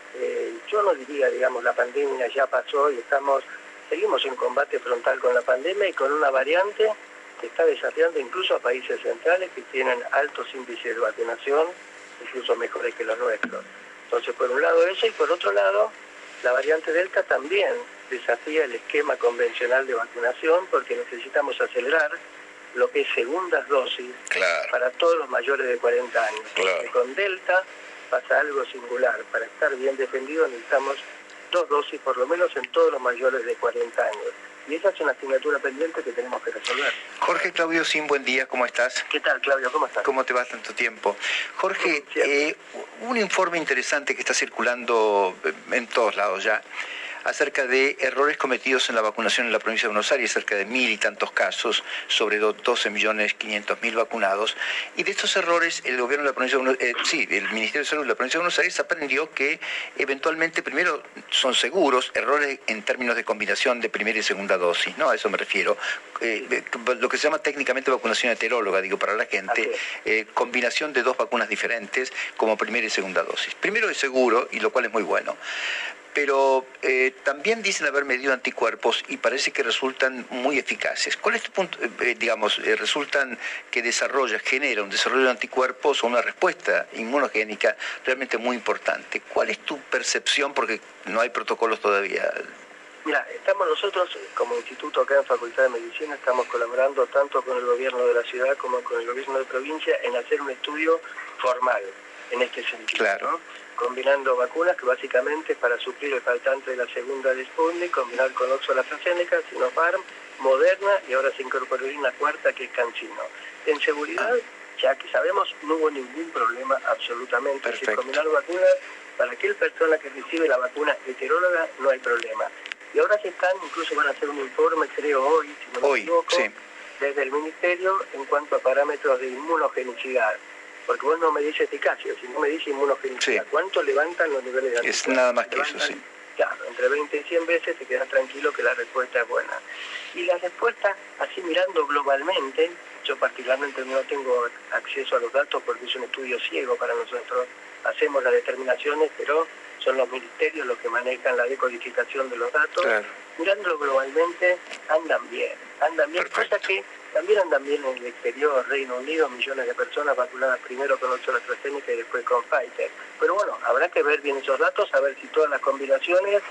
S15: Yo no diría, la pandemia ya pasó y seguimos en combate frontal con la pandemia y con una variante que está desafiando incluso a países centrales que tienen altos índices de vacunación, incluso mejores que los nuestros. Entonces, por un lado eso, y por otro lado, la variante Delta también desafía el esquema convencional de vacunación porque necesitamos acelerar lo que es segundas dosis para todos los mayores de 40 años. Porque con Delta pasa algo singular. Para estar bien defendidos necesitamos 2 dosis por lo menos en todos los mayores de 40 años. Y esa es una asignatura pendiente que tenemos que resolver.
S16: Jorge Claudio Sim, buen día, ¿cómo estás?
S15: ¿Qué tal, Claudio? ¿Cómo estás?
S16: ¿Cómo te va tanto tiempo? Jorge, un informe interesante que está circulando en todos lados ya, acerca de errores cometidos en la vacunación en la provincia de Buenos Aires, cerca de 1.000 y tantos casos, sobre 12.500.000 vacunados. Y de estos errores, el gobierno de la provincia de Buenos Aires, el Ministerio de Salud de la provincia de Buenos Aires aprendió que eventualmente, primero, son seguros, errores en términos de combinación de primera y segunda dosis, ¿no? A eso me refiero. Lo que se llama técnicamente vacunación heteróloga, digo, para la gente, combinación de 2 vacunas diferentes como primera y segunda dosis. Primero es seguro, y lo cual es muy bueno. Pero también dicen haber medido anticuerpos y parece que resultan muy eficaces. ¿Cuál es tu punto? Resultan que genera un desarrollo de anticuerpos o una respuesta inmunogénica realmente muy importante. ¿Cuál es tu percepción? Porque no hay protocolos todavía.
S15: Mira, estamos nosotros como instituto acá en Facultad de Medicina, estamos colaborando tanto con el gobierno de la ciudad como con el gobierno de provincia en hacer un estudio formal en este sentido.
S16: Claro.
S15: ¿no? Combinando vacunas que básicamente es para suplir el faltante de la segunda de Sputnik, combinar con Oxford AstraZeneca, Sinopharm, Moderna y ahora se incorporaría una cuarta que es CanSino. En seguridad, ya que sabemos, no hubo ningún problema absolutamente. Es decir, combinar vacunas, para aquel persona que recibe la vacuna heteróloga no hay problema. Y ahora incluso van a hacer un informe, creo hoy, si no me equivoco, desde el Ministerio en cuanto a parámetros de inmunogenicidad. Porque vos no me dices eficacia, sino me dices inmunogenicidad. ¿Cuánto levantan los niveles de anticuerpos?
S16: Es nada más que eso, sí.
S15: Claro, entre 20 y 100 veces te quedas tranquilo que la respuesta es buena. Y la respuesta, así mirando globalmente, yo particularmente no tengo acceso a los datos porque es un estudio ciego para nosotros, hacemos las determinaciones, pero son los ministerios los que manejan la decodificación de los datos. Claro. Mirándolo globalmente, andan bien, cosa que también andan bien en el exterior, Reino Unido, millones de personas vacunadas primero con Oxford AstraZeneca y después con Pfizer. Pero bueno, habrá que ver bien esos datos, a ver si todas las combinaciones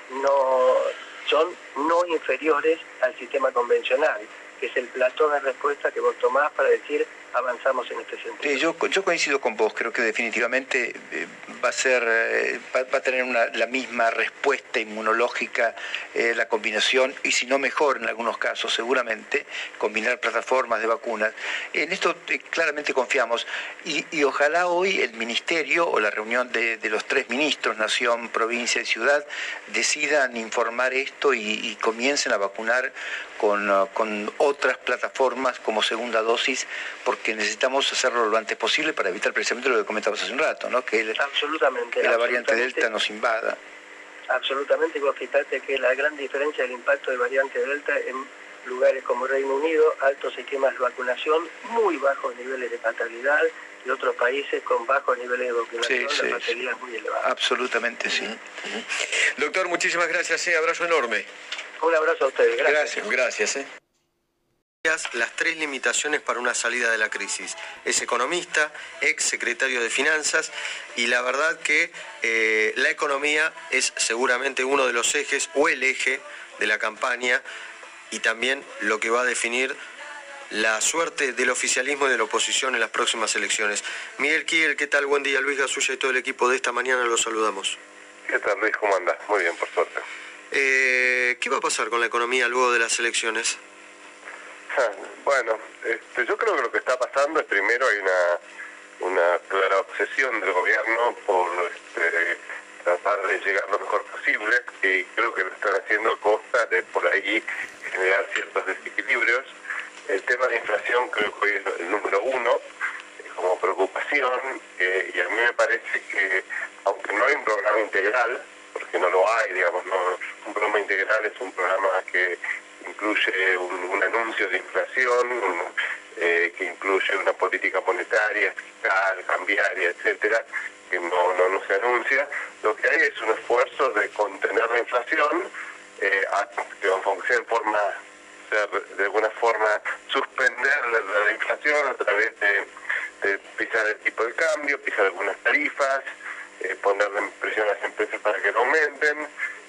S15: son no inferiores al sistema convencional, que es el plató de respuesta que vos tomás para decir avanzamos en este sentido.
S16: Yo coincido con vos, creo que definitivamente va a tener la misma respuesta inmunológica la combinación, y si no mejor en algunos casos seguramente, combinar plataformas de vacunas. En esto claramente confiamos, y ojalá hoy el Ministerio o la reunión de los 3 ministros, Nación, Provincia y Ciudad, decidan informar esto y comiencen a vacunar con otras plataformas como segunda dosis, porque necesitamos hacerlo lo antes posible para evitar precisamente lo que comentabas hace un rato, ¿no? Que la variante Delta nos invada.
S15: Absolutamente, y vos fijate que la gran diferencia del impacto de variante Delta en lugares como Reino Unido, altos esquemas de vacunación, muy bajos niveles de fatalidad, y otros países con bajos niveles de vacunación, la fatalidad es muy elevada.
S16: Absolutamente, sí.
S14: Doctor, muchísimas gracias, abrazo enorme.
S15: Un abrazo a ustedes, gracias.
S14: Gracias.
S17: Las 3 limitaciones para una salida de la crisis. Es economista, ex secretario de Finanzas, y la verdad que la economía es seguramente uno de los ejes o el eje de la campaña, y también lo que va a definir la suerte del oficialismo y de la oposición en las próximas elecciones. Miguel Kiel, ¿qué tal? Buen día. Luis Gasulla y todo el equipo de esta mañana los saludamos.
S18: ¿Qué tal, Luis? ¿Cómo andás? Muy bien, por suerte.
S17: ¿Qué va a pasar con la economía luego de las elecciones?
S18: Bueno, yo creo que lo que está pasando es, primero, hay una clara obsesión del gobierno por tratar de llegar lo mejor posible, y creo que lo están haciendo a costa de por ahí generar ciertos desequilibrios. El tema de inflación creo que hoy es el número 1 como preocupación, y a mí me parece que, aunque no hay un programa integral, porque no lo hay, digamos, no, un programa integral es un programa que incluye un anuncio de inflación, que incluye una política monetaria, fiscal, cambiaria, etcétera, que no se anuncia. Lo que hay es un esfuerzo de contener la inflación, de alguna forma suspender la inflación a través de pisar el tipo de cambio, pisar algunas tarifas, ponerle presión a las empresas para que no aumenten,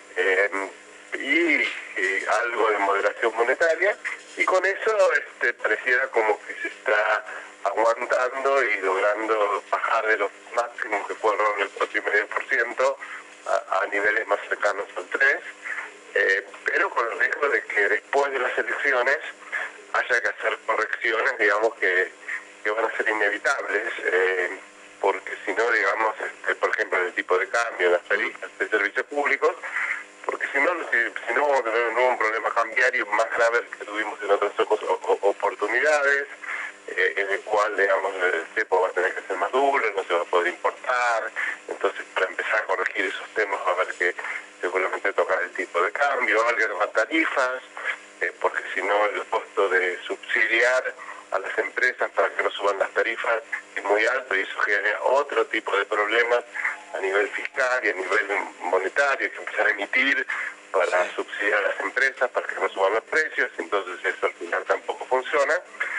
S18: y algo de moderación monetaria, y con eso pareciera como que se está aguantando y logrando bajar de los máximos que fueron el 4,5% a niveles más cercanos al 3%, pero con el riesgo de que después de las elecciones haya que hacer correcciones, digamos, que van a ser inevitables, porque si no, digamos, por ejemplo, el tipo de cambio, las tarifas de servicios públicos, porque si no vamos a tener un nuevo problema cambiario más grave que tuvimos en otras oportunidades, en el cual, digamos, el cepo va a tener que ser más duro, no se va a poder importar. Entonces, para empezar a corregir esos temas va a haber que seguramente tocar el tipo de cambio, va a haber que tocar tarifas, porque si no el costo de subsidiar a las empresas para que no suban las tarifas es muy alto, y eso genera otro tipo de problemas a nivel fiscal y a nivel monetario, que empezar a emitir para subsidiar a las empresas para que no suban los precios, entonces eso al final tampoco funciona.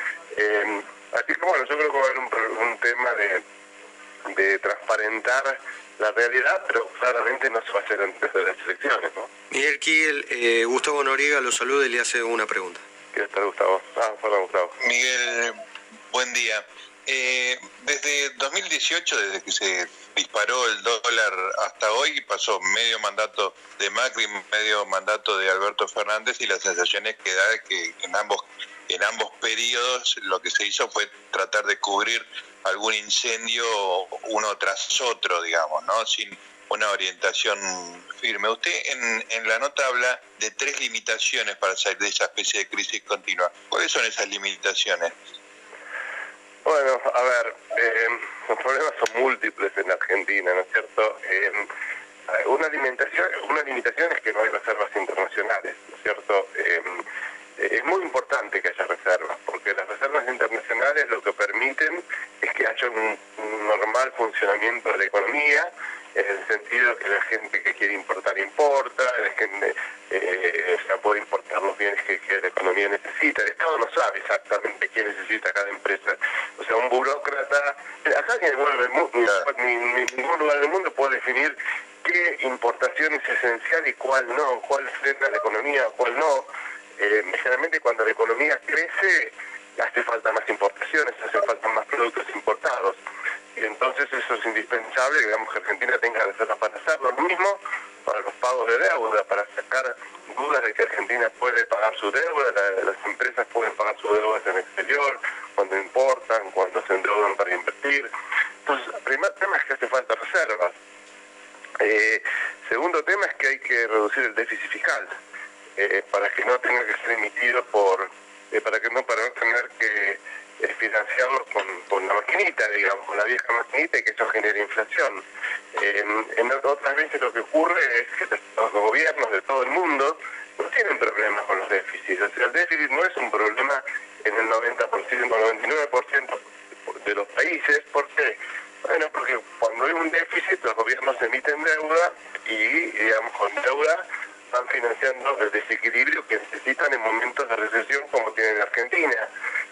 S18: Así que bueno, yo creo que va a haber un tema de transparentar la realidad, pero claramente no se va a hacer antes de las elecciones, ¿no?
S17: Miguel Kiel, Gustavo Noriega lo saluda y le hace una pregunta.
S18: ¿Qué tal, Gustavo? Hola, Gustavo.
S19: Miguel, buen día. Desde 2018, desde que se disparó el dólar hasta hoy, pasó medio mandato de Macri, medio mandato de Alberto Fernández, y las sensaciones que da que en ambos periodos lo que se hizo fue tratar de cubrir algún incendio uno tras otro, digamos, ¿no? Sin una orientación firme. Usted en la nota habla de 3 limitaciones para salir de esa especie de crisis continua. ¿Cuáles son esas limitaciones?
S18: Bueno, a ver, los problemas son múltiples en Argentina, ¿no es cierto? Una limitación es que no hay reservas internacionales, ¿no es cierto? Es muy importante que haya reservas, porque las reservas internacionales lo que permiten es que haya un normal funcionamiento de la economía, en el sentido que la gente que quiere importar, importa, la gente puede importar los bienes que la economía necesita. El Estado no sabe exactamente qué necesita cada empresa. O sea, un burócrata, acá ni en ningún lugar del mundo puede definir qué importación es esencial y cuál no, cuál frena la economía, cuál no. Generalmente cuando la economía crece, hace falta más importaciones, hace falta más productos importados. Y entonces eso es indispensable, digamos, que Argentina tenga reservas para hacerlo. Lo mismo para los pagos de deuda, para sacar dudas de que Argentina puede pagar su deuda, las empresas pueden pagar sus deudas en el exterior, cuando importan, cuando se endeudan para invertir. Entonces, el primer tema es que hace falta reservas. Segundo tema es que hay que reducir el déficit fiscal, para que no tenga que ser emitido para no tener que financiarlo con la maquinita, digamos, con la vieja maquinita, y que eso genere inflación. En otras veces lo que ocurre es que los gobiernos de todo el mundo no tienen problemas con los déficits. O sea, el déficit no es un problema en el 90%, 99% de los países. ¿Por qué? Bueno, porque cuando hay un déficit los gobiernos emiten deuda y, digamos, con deuda van financiando el desequilibrio que necesitan en momentos de recesión como tiene en Argentina.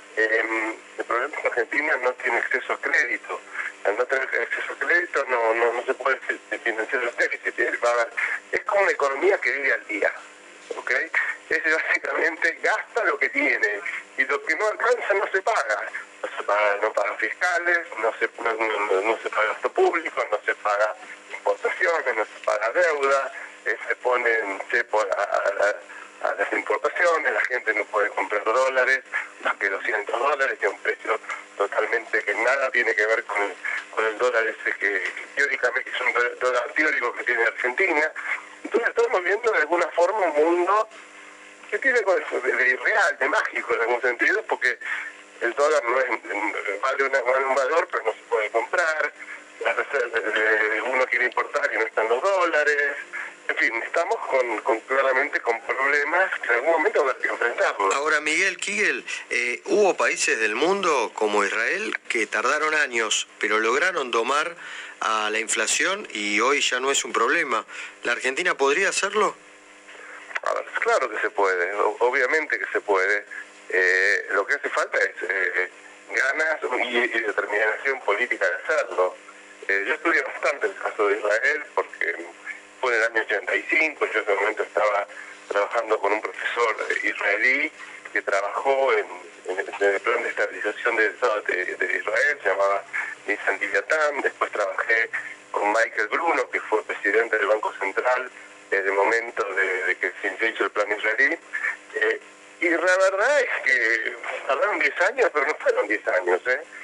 S18: El problema es que Argentina no tiene acceso a crédito. Al no tener acceso a crédito no se puede financiar los déficits. Es como una economía que vive al día, ¿ok? Ese básicamente gasta lo que tiene y lo que no alcanza no se paga. No paga fiscales, no se paga gasto público, no se paga importaciones, no se paga deuda, se ponen cepo a las importaciones, la gente no puede comprar dólares, más que $200, que es un precio totalmente que nada tiene que ver con el dólar ese que teóricamente es un dólar teórico que tiene Argentina. Entonces estamos viendo de alguna forma un mundo que tiene de irreal, de mágico en algún sentido, porque el dólar no es, vale un valor, pero no se puede comprar, uno quiere importar y no están los dólares. En fin, estamos claramente con problemas que en algún momento habrá que enfrentarlos.
S17: Ahora, Miguel Kigel, hubo países del mundo como Israel que tardaron años, pero lograron domar a la inflación y hoy ya no es un problema. ¿La Argentina podría hacerlo?
S18: A ver, claro que se puede, obviamente que se puede. Lo que hace falta es ganas y determinación política de hacerlo. Yo estudié bastante el caso de Israel porque fue en el año 85, yo en ese momento estaba trabajando con un profesor israelí que trabajó en el plan de estabilización del Estado de Israel, se llamaba Nissan Leviatán. Después trabajé con Michael Bruno, que fue presidente del Banco Central en el momento de que se hizo el plan israelí. Y la verdad es que tardaron 10 años, pero no fueron 10 años,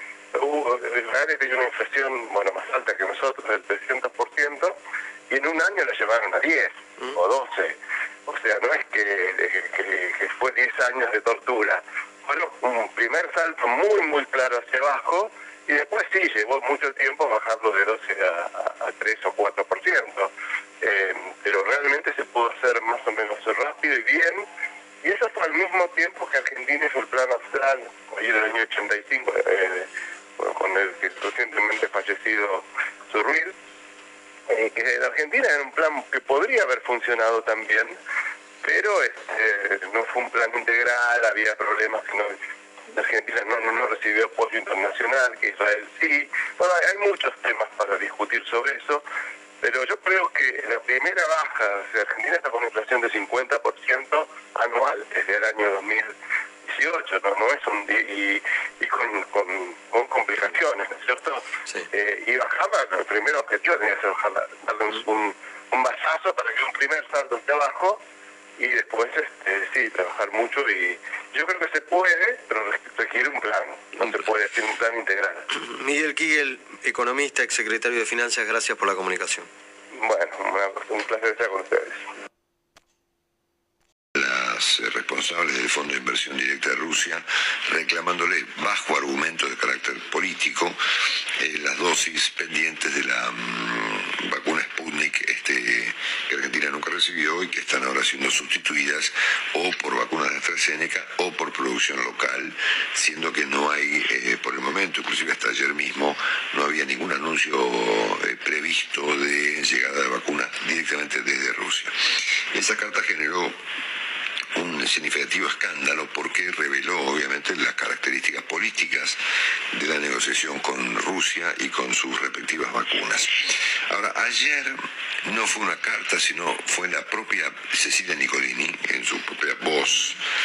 S18: Israel tenía una inflación más alta que nosotros, del 300%, y en un año la llevaron a 10 o 12. O sea, no es que fue 10 años de tortura. Fueron un primer salto muy, muy claro hacia abajo, y después sí, llevó mucho tiempo bajarlo de 12 a 3 o 4%. Pero realmente se pudo hacer más o menos rápido y bien. Y eso fue al mismo tiempo que Argentina hizo el plan austral, ahí en el año 85, con el que recientemente fallecido Zurril, que en Argentina era un plan que podría haber funcionado también, pero no fue un plan integral, había problemas que Argentina no recibió apoyo internacional, que Israel sí. Bueno, hay muchos temas para discutir sobre eso, pero yo creo que la primera baja, o sea, Argentina está con una inflación de 50% anual desde el año 2018, no es y con complicaciones, ¿no es cierto? Sí. Y bajaba, el primer objetivo tenía que ser darle un bazazo para que un primer salto esté abajo y después sí, trabajar mucho, y yo creo que se puede, pero requiere un plan, no se puede hacer un plan integral.
S17: Miguel Kigel, economista, exsecretario de Finanzas, gracias por la comunicación.
S18: Bueno, un placer estar con ustedes.
S12: Las responsables del Fondo de Inversión Directa de Rusia reclamándole, bajo argumento de carácter político, las dosis pendientes de la vacuna Sputnik que Argentina nunca recibió y que están ahora siendo sustituidas o por vacunas de AstraZeneca o por producción local, siendo que no hay, por el momento, inclusive hasta ayer mismo, no había ningún anuncio previsto de llegada de vacunas directamente desde Rusia. Esa carta generó un significativo escándalo porque reveló obviamente las características políticas de la negociación con Rusia y con sus respectivas vacunas. Ahora, ayer no fue una carta, sino fue la propia Cecilia Nicolini, en su propia voz,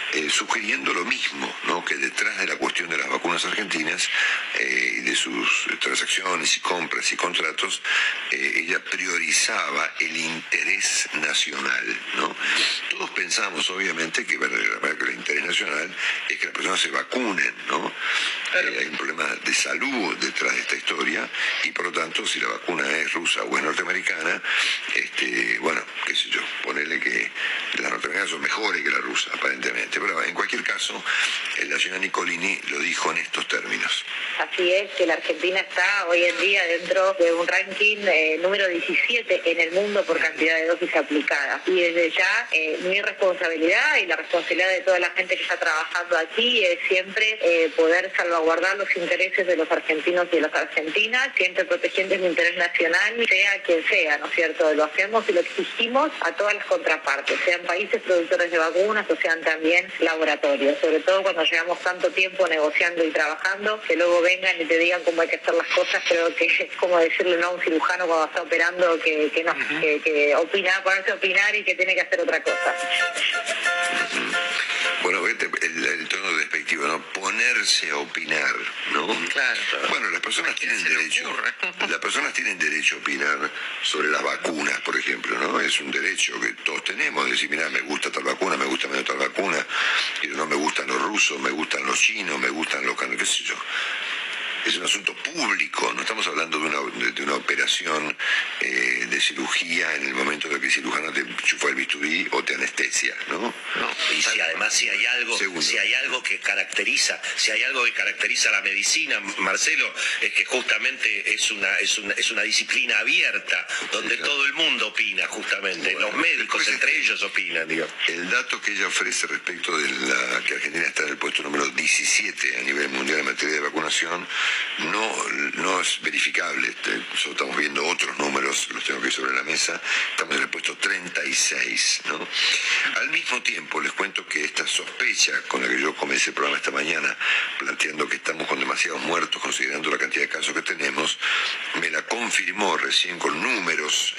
S12: sugiriendo lo mismo, ¿no? Que detrás de la cuestión de las vacunas argentinas y de sus transacciones y compras y contratos, ella priorizaba el interés nacional, ¿no? Todos pensamos, obviamente, que el interés nacional es que las personas se vacunen, ¿no? Hay un problema de salud detrás de esta historia y por lo tanto, si la vacuna es rusa o es norteamericana, bueno, qué sé yo, ponerle que las norteamericanas son mejores que la rusa, aparentemente. Pero en cualquier caso, la señora Nicolini lo dijo en estos términos.
S8: Así es, que la Argentina está hoy en día dentro de un ranking número 17 en el mundo por cantidad de dosis aplicadas. Y desde ya, mi responsabilidad y la responsabilidad de toda la gente que está trabajando aquí es siempre poder salvaguardar los intereses de los argentinos y de las argentinas, siempre protegiendo el interés nacional, sea quien sea, ¿no es cierto? Lo hacemos y lo exigimos a todas las contrapartes, sean países productores de vacunas o sean también laboratorios, sobre todo cuando llevamos tanto tiempo negociando y trabajando, que luego vengan y te digan cómo hay que hacer las cosas. Creo que es como decirle no a un cirujano cuando está operando que opina, ponerse a opinar y que tiene que hacer otra cosa.
S12: Bueno, el tono despectivo, ¿no? Ponerse a opinar, ¿no? Claro. Bueno, las personas tienen derecho a opinar sobre las vacunas, por ejemplo, ¿no? Es un derecho que todos tenemos, decir, mira, me gusta tal vacuna, me gusta menos tal vacuna, y no me gustan los rusos, me gustan los chinos, me gustan los qué sé yo. Es un asunto público, no estamos hablando de una operación de cirugía en el momento de que el cirujano te enchufa el bisturí o te anestesia, ¿no?
S20: No, y si además si hay algo que caracteriza la medicina, Marcelo, es que justamente es una disciplina abierta, donde todo el mundo opina, justamente, bueno, los médicos entre ellos opinan, digamos.
S12: El dato que ella ofrece respecto de que Argentina está en el puesto número 17 a nivel mundial en materia de vacunación, no es verificable. Solo estamos viendo otros números, los tengo aquí sobre la mesa. Estamos en el puesto 36, ¿no? Al mismo tiempo, les cuento que esta sospecha con la que yo comencé el programa esta mañana, planteando que estamos con demasiados muertos, considerando la cantidad de casos que tenemos, me la confirmó recién con números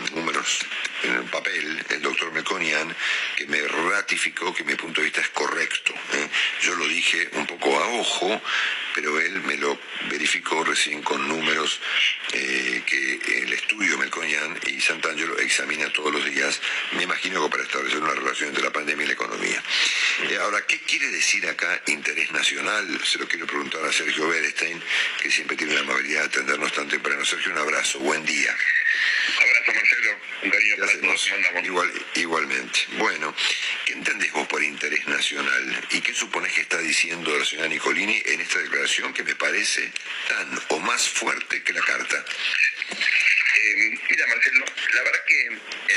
S12: en el papel, el doctor Melconian, que me ratificó que mi punto de vista es correcto. Yo lo dije un poco a ojo, pero él me lo verificó recién con números que el estudio Melconian y Santangelo examina todos los días, me imagino que para establecer una relación entre la pandemia y la economía. Ahora, ¿qué quiere decir acá interés nacional? Se lo quiero preguntar a Sergio Berestein, que siempre tiene la amabilidad de atendernos tan temprano. Sergio, un abrazo, buen día.
S9: Abrazo, Marcelo, un cariño para todos.
S12: Igualmente. Bueno, ¿qué entendés vos por interés nacional? ¿Y qué suponés que está diciendo la señora Nicolini en esta declaración que me parece tan o más fuerte que la carta?
S9: Mira, Marcelo, la verdad que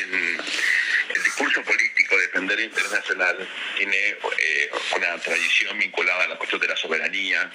S9: el discurso político de defender el interés nacional tiene una tradición vinculada a la cuestión de la soberanía,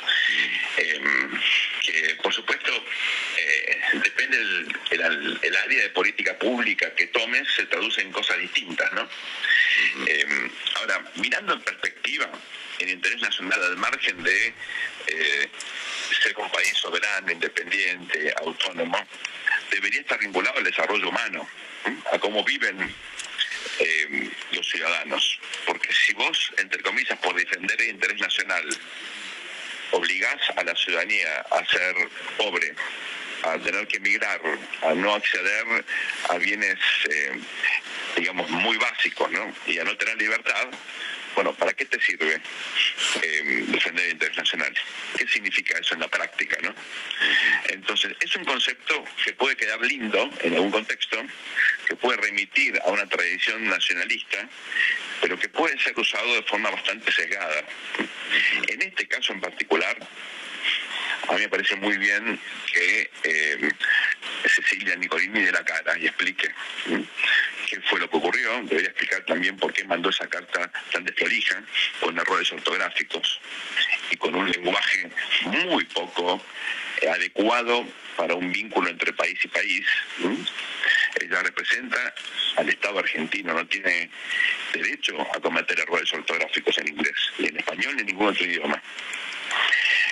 S9: que por supuesto depende el área de política pública que tomes, se traduce en cosas distintas, ¿no? Ahora, mirando en perspectiva, el interés nacional al margen de ser un país soberano, independiente, autónomo, debería estar vinculado al desarrollo humano, a cómo viven los ciudadanos. Porque si vos, entre comillas, por defender el interés nacional, obligás a la ciudadanía a ser pobre, a tener que emigrar, a no acceder a bienes, digamos, muy básicos, ¿no? Y a no tener libertad, bueno, ¿para qué te sirve defender el interés nacional? ¿Qué significa eso en la práctica, no? Entonces, es un concepto que puede quedar lindo en algún contexto, que puede remitir a una tradición nacionalista, pero que puede ser usado de forma bastante sesgada. En este caso en particular, a mí me parece muy bien que Cecilia Nicolini dé la cara y explique qué fue lo que ocurrió. Debería explicar también por qué mandó esa carta tan desprolija, con errores ortográficos y con un lenguaje muy poco adecuado para un vínculo entre país y país. Ella representa al Estado argentino, no tiene derecho a cometer errores ortográficos en inglés, ni en español, ni en ningún otro idioma.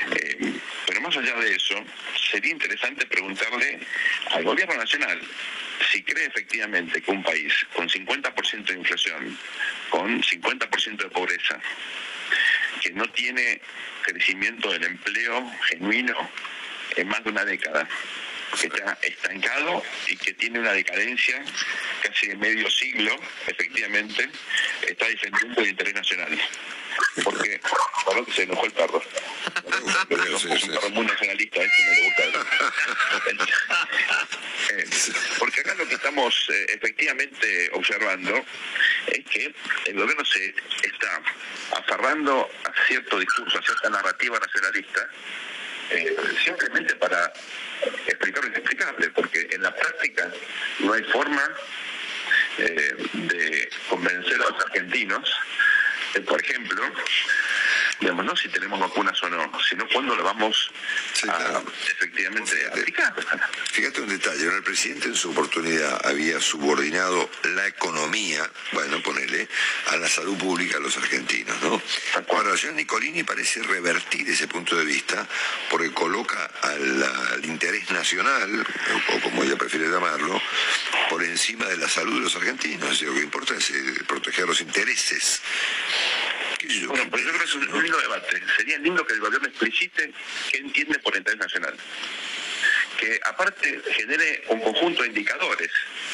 S9: Pero más allá de eso, sería interesante preguntarle al gobierno nacional si cree efectivamente que un país con 50% de inflación, con 50% de pobreza, que no tiene crecimiento del empleo genuino en más de una década, que está estancado y que tiene una decadencia casi de medio siglo, efectivamente, está defendiendo el interés nacional. Porque, perdón que se enojó el perro. Es un perro muy nacionalista, no le gusta. Porque acá lo que estamos efectivamente observando es que el gobierno se está aferrando a cierto discurso, a cierta narrativa nacionalista, simplemente para explicar lo inexplicable, porque en la práctica no hay forma de convencer a los argentinos, por ejemplo, digamos, no si tenemos vacunas o no, sino cuándo lo vamos a efectivamente aplicar.
S12: Fíjate un detalle, ¿no? El presidente en su oportunidad había subordinado la economía, bueno, ponele, a la salud pública a los argentinos, ¿no? Ahora, el señor Nicolini parece revertir ese punto de vista porque coloca al interés nacional, o como ella prefiere llamarlo, por encima de la salud de los argentinos. Lo que importa es proteger los intereses.
S9: Bueno, pues yo creo que es un lindo debate. Sería lindo que el gobierno explicite qué entiende por interés nacional. Que aparte genere un conjunto de indicadores.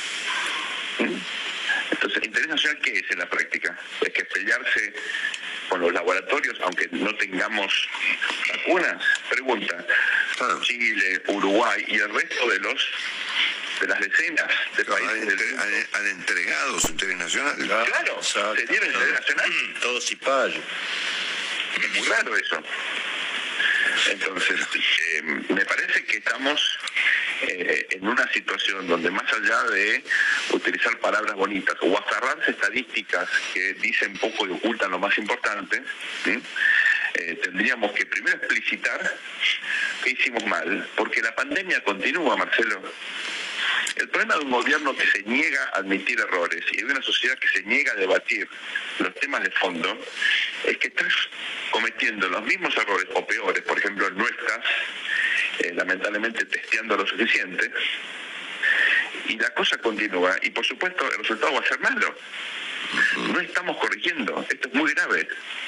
S9: Entonces, ¿interés nacional qué es en la práctica? Es que pelearse con los laboratorios, aunque no tengamos vacunas. Pregunta, Chile, Uruguay y el resto de las decenas de países
S12: han entregado su interés nacional.
S9: Claro, se dieron interés nacional.
S20: Todos y payos.
S9: Es muy raro eso. Entonces, me parece que estamos en una situación donde, más allá de utilizar palabras bonitas o aferrarse a estadísticas que dicen poco y ocultan lo más importante, tendríamos que primero explicitar qué hicimos mal, porque la pandemia continúa, Marcelo. El problema de un gobierno que se niega a admitir errores y de una sociedad que se niega a debatir los temas de fondo es que estás cometiendo los mismos errores o peores. Por ejemplo, no estás lamentablemente testeando lo suficiente y la cosa continúa y por supuesto el resultado va a ser malo. No estamos corrigiendo, esto es muy grave.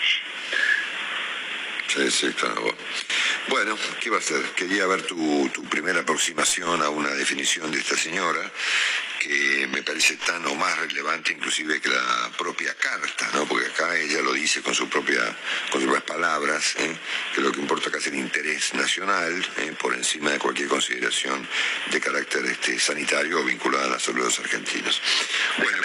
S12: Sí, claro. Bueno, ¿qué va a hacer? Quería ver tu primera aproximación a una definición de esta señora, que me parece tan o más relevante inclusive que la propia carta, ¿no? Porque acá ella lo dice con sus propias palabras, que lo que importa acá es el interés nacional, por encima de cualquier consideración de carácter sanitario o vinculada a la salud de los argentinos. Bueno,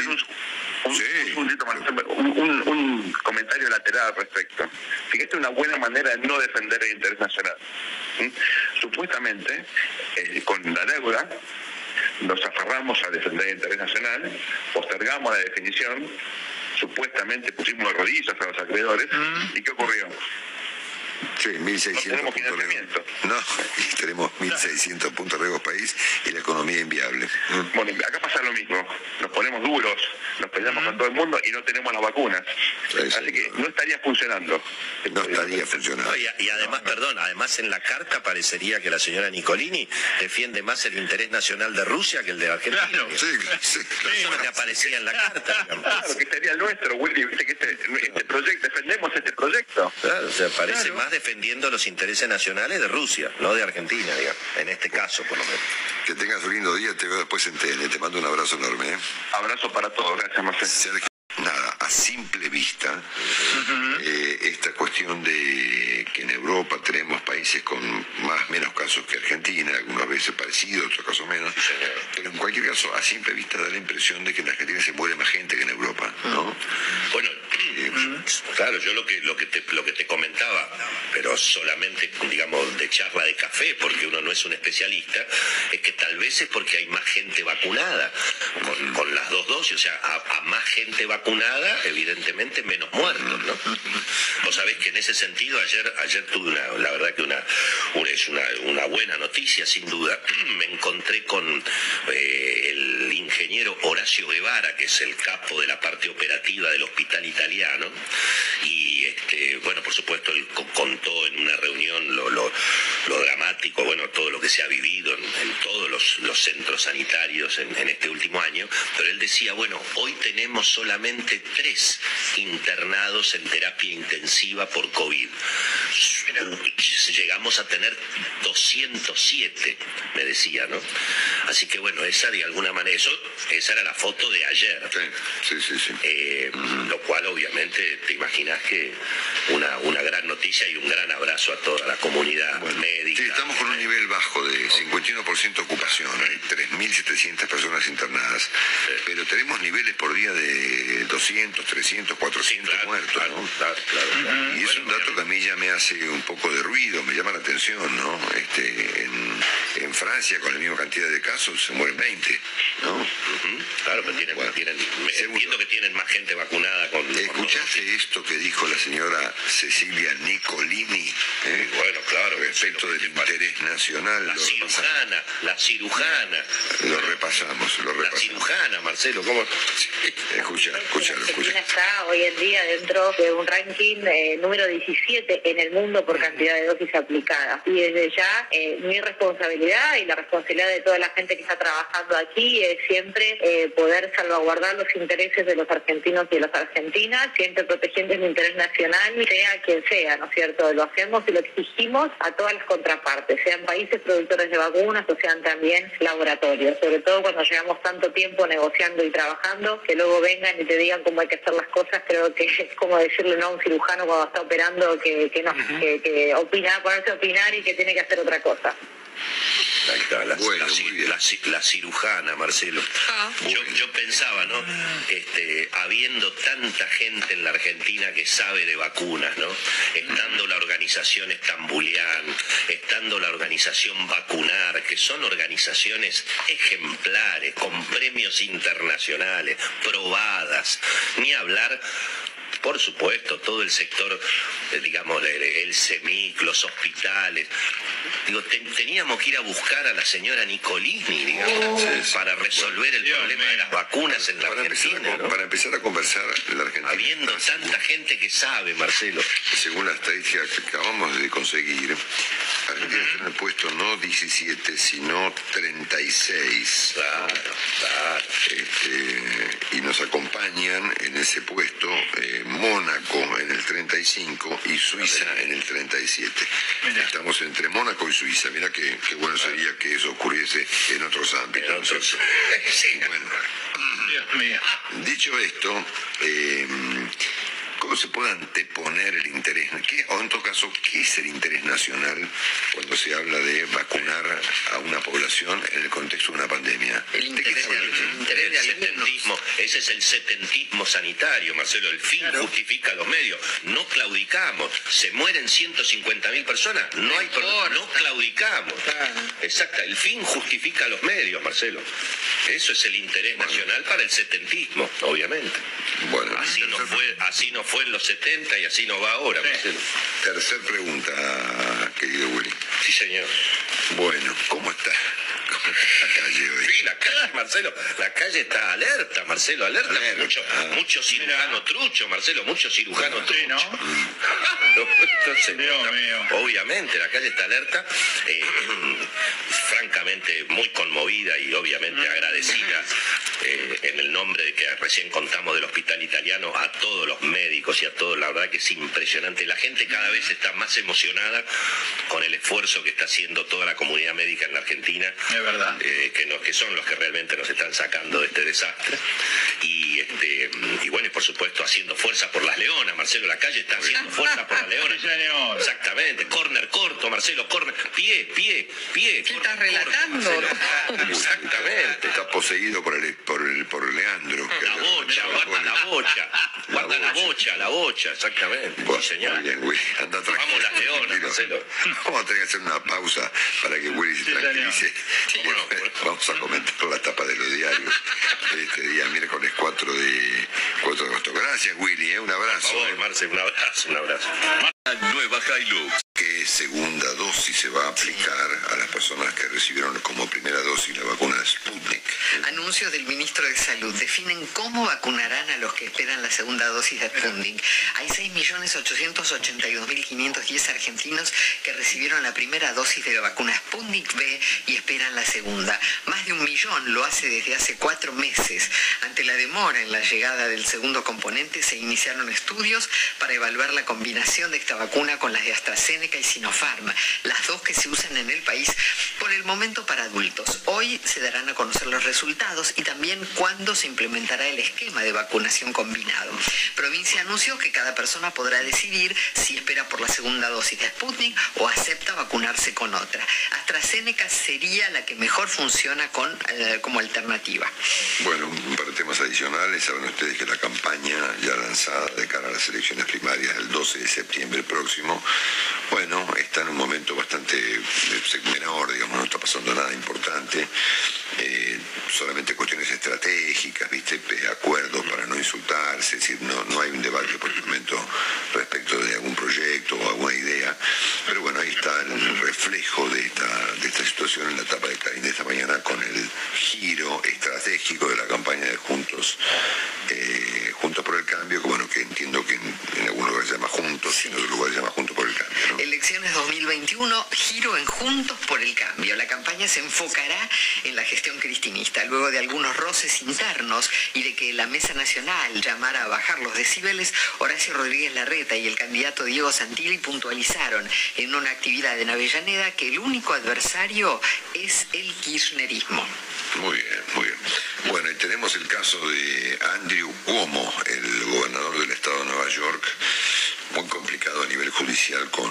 S9: un comentario lateral al respecto. Fíjate una buena manera de no defender el interés nacional. Supuestamente, con la deuda, nos aferramos a defender el interés nacional, postergamos la definición, supuestamente pusimos de rodillas a los acreedores, ¿y qué ocurrió?
S12: Sí, 1.600
S9: puntos
S12: riesgos. No, tenemos 1.600 puntos riesgos país y la economía inviable.
S9: Bueno, acá pasa lo mismo. Nos ponemos duros, nos peleamos con todo el mundo y no tenemos las vacunas. Así que no estaría funcionando.
S12: No estaría funcionando.
S20: No, y además, además en la carta parecería que la señora Nicolini defiende más el interés nacional de Rusia que el de Argentina. Claro, sí. Eso no te aparecía en la carta. Digamos.
S9: Claro, que sería el nuestro, Willy. Viste que este proyecto, defendemos este proyecto.
S20: Claro, o sea, parece más defendiendo los intereses nacionales de Rusia, no de Argentina, digamos, en este caso por lo menos.
S12: Que tengas un lindo día, te veo después en TN, te mando un abrazo enorme.
S9: Abrazo para todos, gracias Marcelo.
S12: Nada, a simple vista, esta cuestión de que en Europa tenemos países con menos casos que Argentina, algunas veces parecidos, otros casos menos, pero en cualquier caso, a simple vista da la impresión de que en Argentina se muere más gente que en Europa, ¿no?
S20: Bueno, claro, yo lo que te comentaba, pero solamente, digamos, de charla de café, porque uno no es un especialista, es que tal vez es porque hay más gente vacunada con las dos dosis, o sea, a más gente vacunada, evidentemente menos muertos, ¿no? Vos sabés que en ese sentido ayer tuve la verdad que es una buena noticia, sin duda. Me encontré con el ingeniero Horacio Guevara, que es el capo de la parte operativa del hospital italiano, y Bueno, por supuesto, él contó en una reunión lo dramático, bueno, todo lo que se ha vivido en todos los centros sanitarios en este último año, pero él decía, bueno, hoy tenemos solamente 3 internados en terapia intensiva por COVID. Llegamos a tener 207, me decía, ¿no? Así que bueno, esa de alguna manera, esa era la foto de ayer.
S12: Sí.
S20: Lo cual obviamente te imaginas que una gran noticia y un gran abrazo a toda la comunidad médica.
S12: Sí, estamos con un nivel bajo de 51% ocupación, hay 3.700 personas internadas, pero tenemos niveles por día de 200, 300, 400 muertos, ¿no? Claro. Y es un dato que a mí ya me hace un poco de ruido, me llama la atención, ¿no? En Francia, con la misma cantidad de casos, se mueren 20, ¿no?
S20: Claro, pero entiendo que tienen más gente vacunada con...
S12: ¿Escuchaste esto que dijo la señora Cecilia Nicolini?
S20: Bueno, claro.
S12: Respecto del interés nacional.
S20: La cirujana.
S12: Lo repasamos.
S20: La cirujana, Marcelo, ¿cómo?
S12: Escuchalo.
S8: Argentina está hoy en día dentro de un ranking número 17 en el mundo por cantidad de dosis aplicadas. Y desde ya mi responsabilidad y la responsabilidad de toda la gente que está trabajando aquí es siempre poder salvaguardar los intereses de los argentinos y de las argentinas, siempre protegiendo el interés nacional, sea quien sea, ¿no es cierto? Lo hacemos y lo exigimos a todas las contrapartes, sean países productores de vacunas o sean también laboratorios, sobre todo cuando llevamos tanto tiempo negociando y trabajando, que luego vengan y te digan cómo hay que hacer las cosas. Creo que es como decirle no a un cirujano cuando está operando que ponerse a opinar y que tiene que hacer otra cosa.
S20: Ahí está, la cirujana, Marcelo. Yo pensaba, ¿no? Habiendo tanta gente en la Argentina que sabe de vacunas, ¿no? Estando la organización Estambulián, estando la organización Vacunar, que son organizaciones ejemplares, con premios internacionales, probadas, ni hablar... Por supuesto, todo el sector, digamos, el CEMIC, los hospitales. Digo, teníamos que ir a buscar a la señora Nicolini, digamos, para resolver el problema de las vacunas en la Argentina, ¿no?
S12: Para empezar a conversar en la Argentina.
S20: Habiendo tanta gente que sabe, Marcelo.
S12: Según la estadística que acabamos de conseguir, Argentina está en el puesto no 17, sino 36.
S20: Claro.
S12: Y nos acompañan en ese puesto Mónaco en el 35 y Suiza en el 37. Estamos entre Mónaco y Suiza. Mira qué bueno sería que eso ocurriese en otros ámbitos. Bueno,
S20: Dios mío.
S12: Dicho esto, ¿cómo se puede anteponer el interés? O en todo caso, ¿qué es el interés nacional cuando se habla de vacunar a una población en el contexto de una pandemia?
S20: El interés de setentismo, ese es el setentismo sanitario, Marcelo. El fin justifica los medios. No claudicamos. Se mueren 150.000 personas. No hay problema. No claudicamos. Exacto. El fin justifica los medios, Marcelo. Eso es el interés nacional para el setentismo, obviamente.
S12: Bueno,
S20: así no fue en los 70 y así no va ahora, Marcelo.
S12: Tercer pregunta, querido Willy.
S20: Sí, señor.
S12: Bueno, ¿cómo está la calle hoy?
S20: Sí, la calle, Marcelo. La calle está alerta, Marcelo, alerta. Mucho cirujano trucho, Marcelo, mucho cirujano trucho. ¿No? Entonces, obviamente, la calle está alerta. Francamente, muy conmovida y obviamente agradecida en el nombre de que recién contamos del hospital italiano a todos los médicos y a todos. La verdad que es impresionante. La gente cada vez está más emocionada con el esfuerzo que está haciendo toda la comunidad médica en la Argentina. Es verdad. Que son los que realmente nos están sacando de este desastre. Y bueno, y por supuesto haciendo fuerza por las leonas, Marcelo. La calle está haciendo fuerza por las leonas. Sí, señor. Exactamente. Corner corto, Marcelo. Corner. Pie. ¿Qué estás relatando? Exactamente.
S12: Está poseído por Leandro.
S20: La bocha, exactamente.
S12: Bueno,
S20: sí, señor.
S12: Muy bien, Willy. Anda tranquilo.
S20: Vamos las leonas, Marcelo.
S12: Vamos a tener que hacer una pausa para que Willy se tranquilice. Vamos a comentar la tapa de los diarios este día, miércoles 4 de agosto. Gracias, Willy. Un abrazo.
S20: Por favor, Marce, un abrazo.
S12: Nueva Hilux, que de segunda dosis se va a aplicar a las personas que recibieron como primera dosis la vacuna Sputnik.
S21: Anuncios del ministro de Salud definen cómo vacunarán a los que esperan la segunda dosis de Sputnik. Hay 6.882.510 argentinos que recibieron la primera dosis de la vacuna Sputnik V y esperan la segunda. Más de 1 millón lo hace desde hace 4 meses. Ante la demora en la llegada del segundo componente, se iniciaron estudios para evaluar la combinación de esta vacuna con las de AstraZeneca y Sinopharm, las dos que se usan en el país por el momento para adultos. Hoy se darán a conocer los resultados y también cuándo se implementará el esquema de vacunación combinado. Provincia anunció que cada persona podrá decidir si espera por la segunda dosis de Sputnik o acepta vacunarse con otra. AstraZeneca sería la que mejor funciona como alternativa.
S12: Bueno, un par de temas adicionales. Saben ustedes que la campaña ya lanzada de cara a las elecciones primarias del 12 de septiembre próximo, bueno, está en un momento bastante menor, digamos, no está pasando nada importante, solamente cuestiones estratégicas, ¿viste? Acuerdos para no insultarse, es decir, no hay un debate por el momento respecto de algún proyecto o alguna idea, pero bueno, ahí está el reflejo de esta situación en la etapa de Clarín de esta mañana con el giro estratégico de la campaña de Juntos por el Cambio, que bueno, que entiendo que en algún lugar se llama Juntos, y en otro lugar se llama Juntos por el Cambio, ¿no?
S21: Elecciones 2021, giro en Juntos por el Cambio. La campaña se enfocará en la gestión cristinista, luego de algunos roces internos y de que la Mesa Nacional llamara a bajar los decibeles. Horacio Rodríguez Larreta y el candidato Diego Santilli puntualizaron en una actividad en Avellaneda que el único adversario es el kirchnerismo.
S12: Muy bien, muy bien. Bueno, y tenemos el caso de Andrew Cuomo, el gobernador del estado de Nueva York, muy complicado a nivel judicial con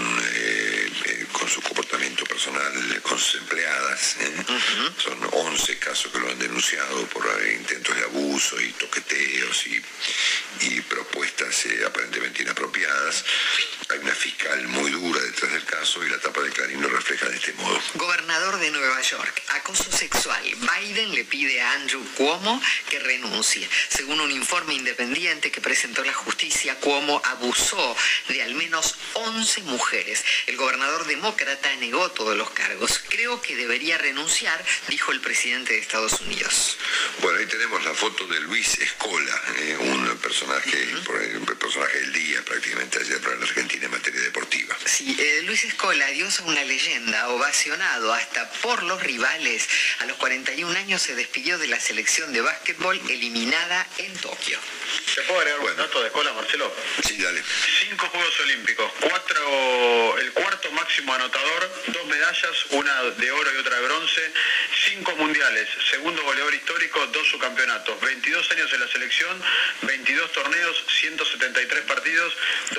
S12: su comportamiento personal con sus empleadas. Son 11 casos que lo han denunciado por intentos de abuso y toqueteos y propuestas aparentemente inapropiadas. Hay una fiscal muy dura detrás del caso y la tapa de Clarín lo refleja de este modo.
S21: Gobernador de Nueva York, acoso sexual. Biden le pide a Andrew Cuomo que renuncie. Según un informe independiente que presentó la justicia, Cuomo abusó de al menos 11 mujeres. El gobernador demócrata negó todos los cargos. Creo que debería renunciar, dijo el presidente de Estados Unidos.
S12: Bueno, ahí tenemos la foto de Luis Scola, un personaje del día prácticamente ayer para la Argentina en materia deportiva.
S21: Sí, Luis Scola, Dios a una leyenda, ovacionado hasta por los rivales. A los 41 años se despidió de la selección de básquetbol eliminada en Tokio.
S22: ¿Se puede agregar un dato de Scola, Marcelo?
S12: Sí, dale.
S22: 5 Juegos Olímpicos, el cuarto máximo anotador, 2 medallas, una de oro y otra de bronce, 5 mundiales, segundo goleador histórico, 2 subcampeonatos, 22 años en la selección, 22 torneos, 173 partidos,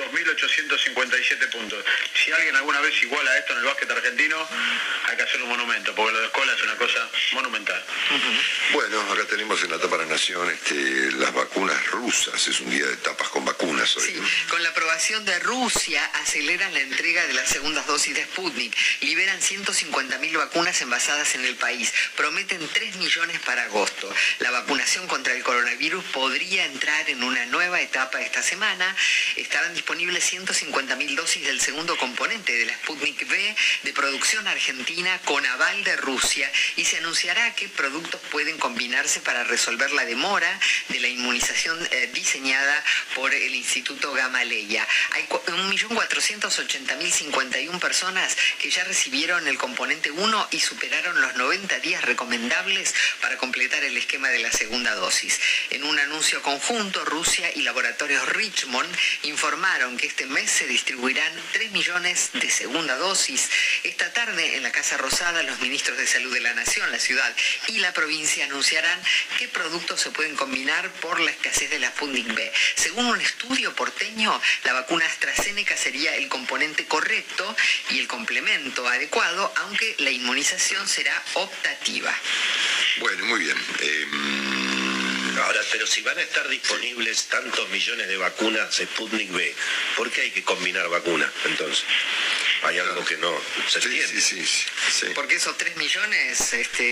S22: 2.857 puntos. Si alguien alguna vez iguala esto en el básquet argentino, hay que hacer un monumento, porque lo de Scola es una cosa monumental.
S12: Bueno, acá tenemos en la tapa de la Nación las vacunas rusas. Es un día de tapas con vacunas hoy.
S21: Sí, con la aprobación de Rusia aceleran la entrega de las segundas dosis de Sputnik. Liberan 150.000 vacunas envasadas en el país. Prometen 3 millones para agosto. La vacunación contra el coronavirus podría entrar en una nueva etapa esta semana. Estarán disponibles 150.000 dosis del segundo componente de la Sputnik V de producción argentina con aval de Rusia y se anunciará qué productos pueden combinarse para resolver la demora de la inmunización diseñada por el Instituto Gamaleya. Hay 1.480.051 personas que ya recibieron el componente 1 y superaron los 90 días recomendables para completar el esquema de la segunda dosis. En un anuncio conjunto, Rusia y Laboratorios Richmond informaron que este mes se distribuirán 3 millones de segunda dosis. Esta tarde, en la Casa Rosada, los ministros de Salud de la Nación, la ciudad y la provincia anunciarán qué productos se pueden combinar por la escasez de la Sputnik V. Según un estudio porteño, la vacuna AstraZeneca sería el componente correcto y el complemento adecuado, aunque la inmunización será optativa.
S12: Bueno, muy bien.
S20: Ahora, pero si van a estar disponibles tantos millones de vacunas Sputnik V, ¿por qué hay que combinar vacunas entonces? Hay algo que no se entiende.
S12: Sí.
S21: Porque esos 3 millones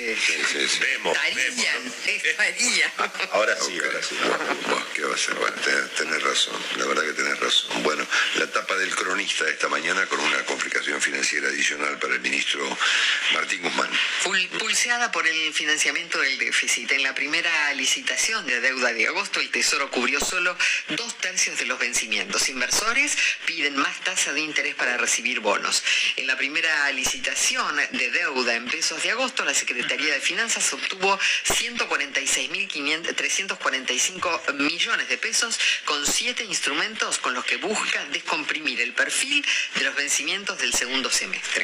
S21: estarían.
S20: Ahora sí.
S12: ¿Qué va a ser? Bueno, tenés razón, la verdad que tenés razón. Bueno, la tapa del Cronista de esta mañana con una complicación financiera adicional para el ministro Martín Guzmán.
S21: Pulseada por el financiamiento del déficit. En la primera licitación de deuda de agosto, el Tesoro cubrió solo 2/3 de los vencimientos. Inversores piden más tasa de interés para recibir bonos. En la primera licitación de deuda en pesos de agosto, la Secretaría de Finanzas obtuvo 146.345 millones de pesos con 7 instrumentos con los que busca descomprimir el perfil de los vencimientos del segundo semestre.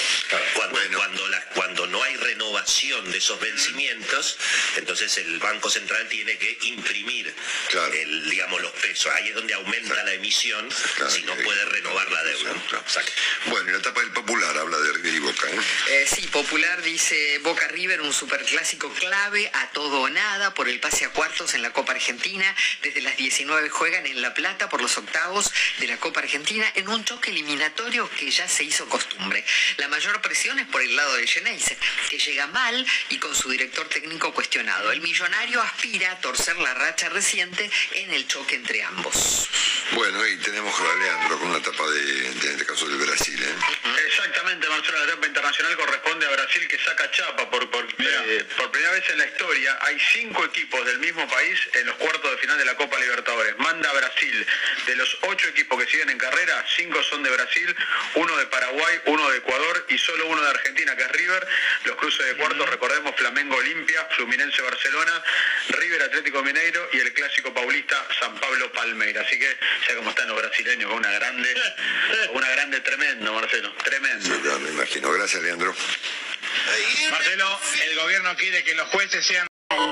S20: Cuando no hay renovación de esos vencimientos, entonces el Banco Central tiene que imprimir los pesos. Ahí es donde aumenta la emisión si no puede renovar la deuda.
S12: Bueno, y la etapa del Popular habla de River y Boca.
S21: Sí, Popular dice Boca River, un superclásico clave a todo o nada por el pase a cuartos en la Copa Argentina. Desde las 19 juegan en La Plata por los octavos de la Copa Argentina en un choque eliminatorio que ya se hizo costumbre. La mayor presión es por el lado de Geneise, que llega mal y con su director técnico cuestionado. El millonario aspira a torcer la racha reciente en el choque entre ambos.
S12: Bueno, y tenemos a Leandro con una etapa en este caso del Brasil.
S22: Exactamente, Marcelo, la etapa internacional corresponde a Brasil, que saca chapa por primera vez en la historia. Hay 5 equipos del mismo país en los cuartos de final de la Copa Libertadores. Manda a Brasil. De los 8 equipos que siguen en carrera, 5 son de Brasil, 1 de Paraguay, 1 de Ecuador y solo 1 de Argentina, que es River. Los cruces de cuartos, recordemos, Flamengo Olimpia, Fluminense Barcelona, River Atlético Mineiro y el clásico paulista San Pablo Palmeiras. Así que ya como están los brasileños, con una grande tremendo, Marcelo, tremendo.
S12: Sí, me imagino. Gracias, Leandro.
S22: Marcelo, el gobierno quiere que los jueces sean...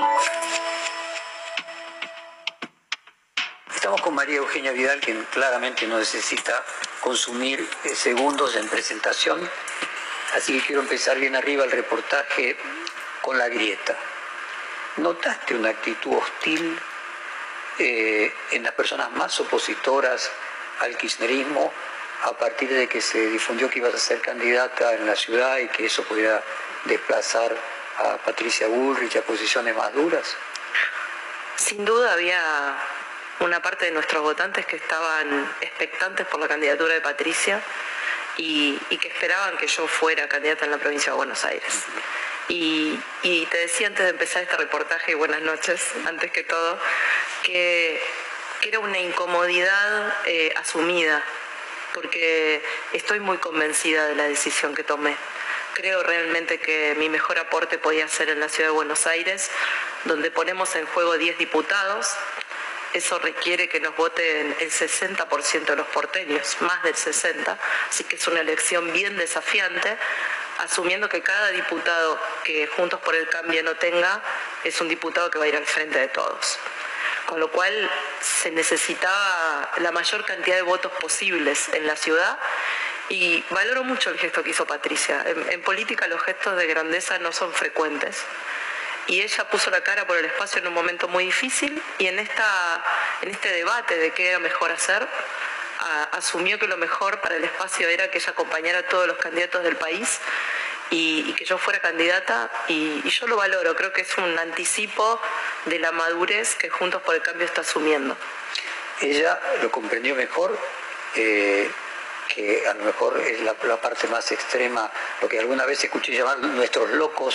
S1: Estamos con María Eugenia Vidal, que claramente no necesita consumir segundos en presentación, así que quiero empezar bien arriba el reportaje con La Grieta. ¿Notaste una actitud hostil en las personas más opositoras al kirchnerismo a partir de que se difundió que ibas a ser candidata en la ciudad y que eso pudiera desplazar a Patricia Bullrich a posiciones más duras?
S10: Sin duda había una parte de nuestros votantes que estaban expectantes por la candidatura de Patricia y que esperaban que yo fuera candidata en la provincia de Buenos Aires. Y te decía antes de empezar este reportaje, y buenas noches, antes que todo, que era una incomodidad asumida, porque estoy muy convencida de la decisión que tomé. Creo realmente que mi mejor aporte podía ser en la ciudad de Buenos Aires, donde ponemos en juego 10 diputados. Eso requiere que nos voten el 60% de los porteños, más del 60%, así que es una elección bien desafiante, asumiendo que cada diputado que Juntos por el Cambio no tenga es un diputado que va a ir al frente de todos. Con lo cual se necesitaba la mayor cantidad de votos posibles en la ciudad y valoro mucho el gesto que hizo Patricia. En política los gestos de grandeza no son frecuentes. Y ella puso la cara por el espacio en un momento muy difícil y en este debate de qué era mejor hacer, asumió que lo mejor para el espacio era que ella acompañara a todos los candidatos del país y que yo fuera candidata y yo lo valoro, creo que es un anticipo de la madurez que Juntos por el Cambio está asumiendo.
S1: Ella lo comprendió mejor, que a lo mejor es la parte más extrema, lo que alguna vez escuché llamar nuestros locos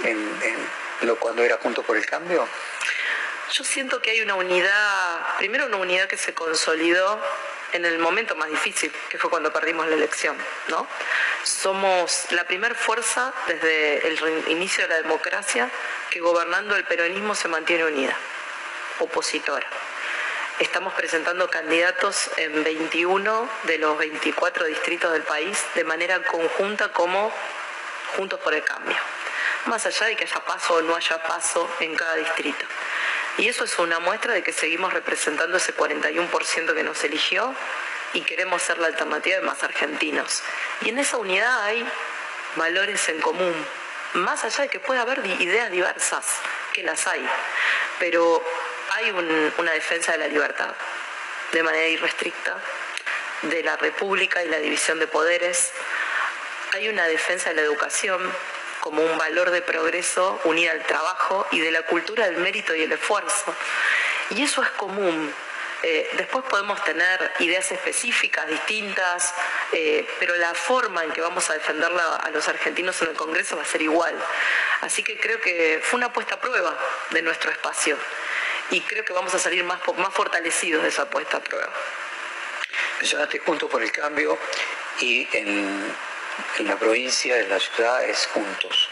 S1: cuando era Juntos por el Cambio.
S10: Yo siento que hay una unidad, primero una unidad que se consolidó en el momento más difícil, que fue cuando perdimos la elección, ¿no? Somos la primer fuerza desde el inicio de la democracia que gobernando el peronismo se mantiene unida, opositora. Estamos presentando candidatos en 21 de los 24 distritos del país de manera conjunta como Juntos por el Cambio, más allá de que haya paso o no haya paso en cada distrito. Y eso es una muestra de que seguimos representando ese 41% que nos eligió y queremos ser la alternativa de más argentinos. Y en esa unidad hay valores en común, más allá de que pueda haber ideas diversas, que las hay, pero hay una defensa de la libertad de manera irrestricta,
S2: de la República y la división de poderes. Hay una defensa de la educación como un valor de progreso unida al trabajo y de la cultura del mérito y el esfuerzo. Y eso es común. Después podemos tener ideas específicas, distintas, pero la forma en que vamos a defenderla a los argentinos en el Congreso va a ser igual. Así que creo que fue una puesta a prueba de nuestro espacio y creo que vamos a salir más fortalecidos de esa puesta a prueba.
S1: Mencionaste Juntos por el Cambio y en la provincia, en la ciudad, es Juntos.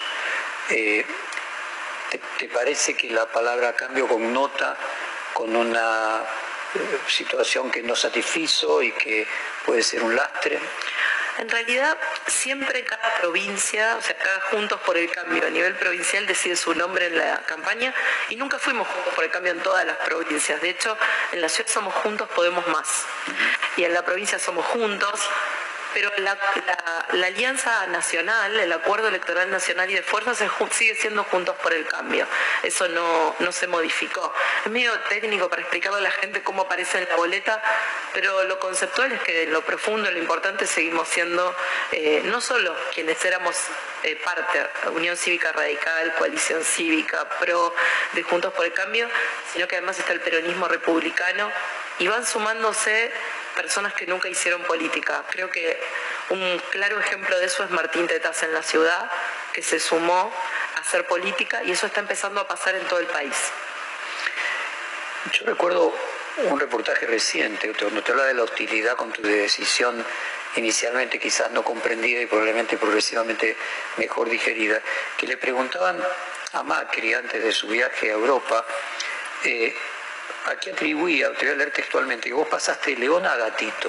S1: ¿Te parece que la palabra cambio connota con una situación que no satisfizo y que puede ser un lastre?
S2: En realidad, siempre cada provincia, o sea, cada Juntos por el Cambio a nivel provincial decide su nombre en la campaña y nunca fuimos Juntos por el Cambio en todas las provincias. De hecho, en la ciudad somos Juntos Podemos Más y en la provincia somos Juntos. Pero la alianza nacional, el acuerdo electoral nacional y de fuerzas sigue siendo Juntos por el Cambio. Eso no se modificó. Es medio técnico para explicarle a la gente cómo aparece en la boleta, pero lo conceptual es que en lo profundo, lo importante, seguimos siendo no solo quienes éramos parte, Unión Cívica Radical, Coalición Cívica, PRO, de Juntos por el Cambio, sino que además está el peronismo republicano y van sumándose personas que nunca hicieron política. Creo que un claro ejemplo de eso es Martín Tetaz en la ciudad, que se sumó a hacer política y eso está empezando a pasar en todo el país.
S1: Yo recuerdo un reportaje reciente donde te habla de la hostilidad con tu decisión inicialmente quizás no comprendida y probablemente progresivamente mejor digerida, que le preguntaban a Macri antes de su viaje a Europa, ¿a qué atribuía? Te voy a leer textualmente, que vos pasaste de León a Gatito.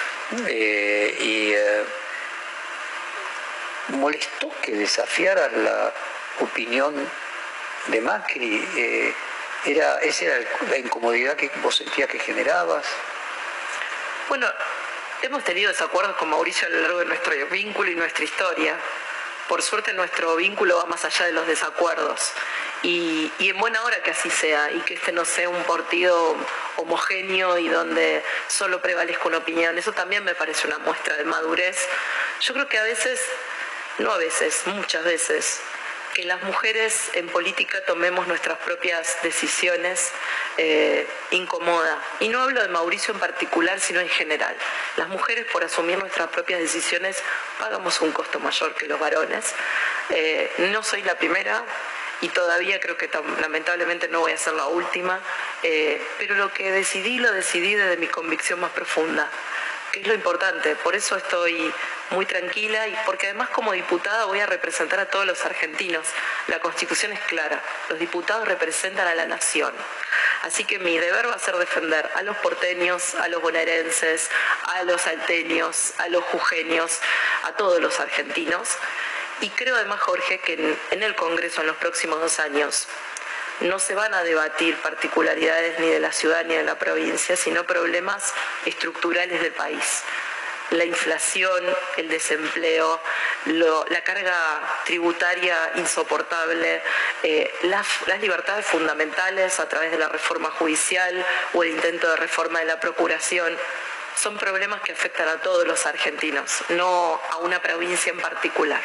S1: ¿Molestó que desafiaras la opinión de Macri? ¿Esa era la incomodidad que vos sentías que generabas?
S2: Bueno, hemos tenido desacuerdos con Mauricio a lo largo de nuestro vínculo y nuestra historia. Por suerte nuestro vínculo va más allá de los desacuerdos. Y en buena hora que así sea, y que este no sea un partido homogéneo y donde solo prevalezca una opinión. Eso también me parece una muestra de madurez. Yo creo que muchas veces, que las mujeres en política tomemos nuestras propias decisiones incomoda. Y no hablo de Mauricio en particular, sino en general. Las mujeres, por asumir nuestras propias decisiones, pagamos un costo mayor que los varones. No soy la primera, y todavía creo que lamentablemente no voy a ser la última, pero lo decidí desde mi convicción más profunda, que es lo importante. Por eso estoy muy tranquila y porque además como diputada voy a representar a todos los argentinos. La Constitución es clara, los diputados representan a la nación. Así que mi deber va a ser defender a los porteños, a los bonaerenses, a los salteños, a los jujeños, a todos los argentinos. Y creo además, Jorge, que en el Congreso en los próximos 2 años no se van a debatir particularidades ni de la ciudad ni de la provincia, sino problemas estructurales del país. La inflación, el desempleo, la carga tributaria insoportable, las libertades fundamentales a través de la reforma judicial o el intento de reforma de la procuración. Son problemas que afectan a todos los argentinos, no a una provincia en particular.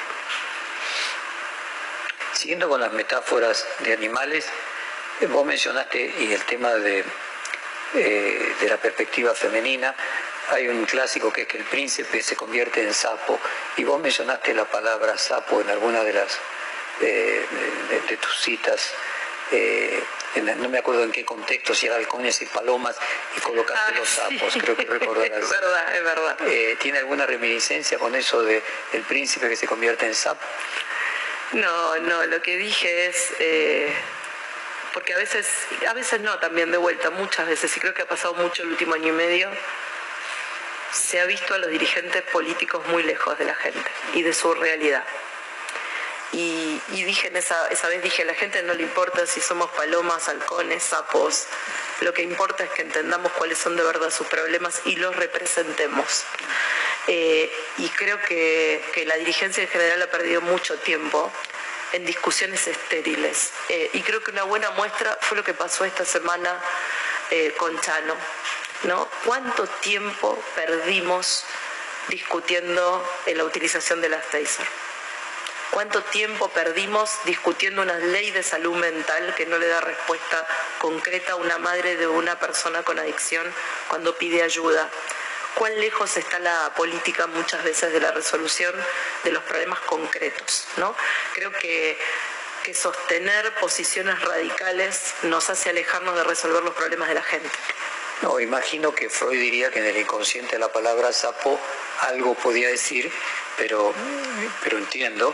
S1: Siguiendo con las metáforas de animales, vos mencionaste y el tema de la perspectiva femenina. Hay un clásico que es que el príncipe se convierte en sapo, y vos mencionaste la palabra sapo en alguna de las de tus citas. No me acuerdo en qué contexto, si era halcones y palomas, y colocaste los sapos, sí. Creo que recordarás.
S2: Es verdad.
S1: ¿Tiene alguna reminiscencia con eso de el príncipe que se convierte en sapo?
S2: No, lo que dije es, porque a veces no, también de vuelta, muchas veces, y creo que ha pasado mucho el último año y medio, se ha visto a los dirigentes políticos muy lejos de la gente y de su realidad. Y dije esa vez dije, a la gente no le importa si somos palomas, halcones, sapos, lo que importa es que entendamos cuáles son de verdad sus problemas y los representemos. Y creo que la dirigencia en general ha perdido mucho tiempo en discusiones estériles. Y creo que una buena muestra fue lo que pasó esta semana con Chano. ¿no? ¿Cuánto tiempo perdimos discutiendo la utilización de las taser? ¿Cuánto tiempo perdimos discutiendo una ley de salud mental que no le da respuesta concreta a una madre de una persona con adicción cuando pide ayuda? ¿Cuán lejos está la política muchas veces de la resolución de los problemas concretos, ¿no? Creo que sostener posiciones radicales nos hace alejarnos de resolver los problemas de la gente.
S1: No, imagino que Freud diría que en el inconsciente de la palabra sapo algo podía decir, pero entiendo.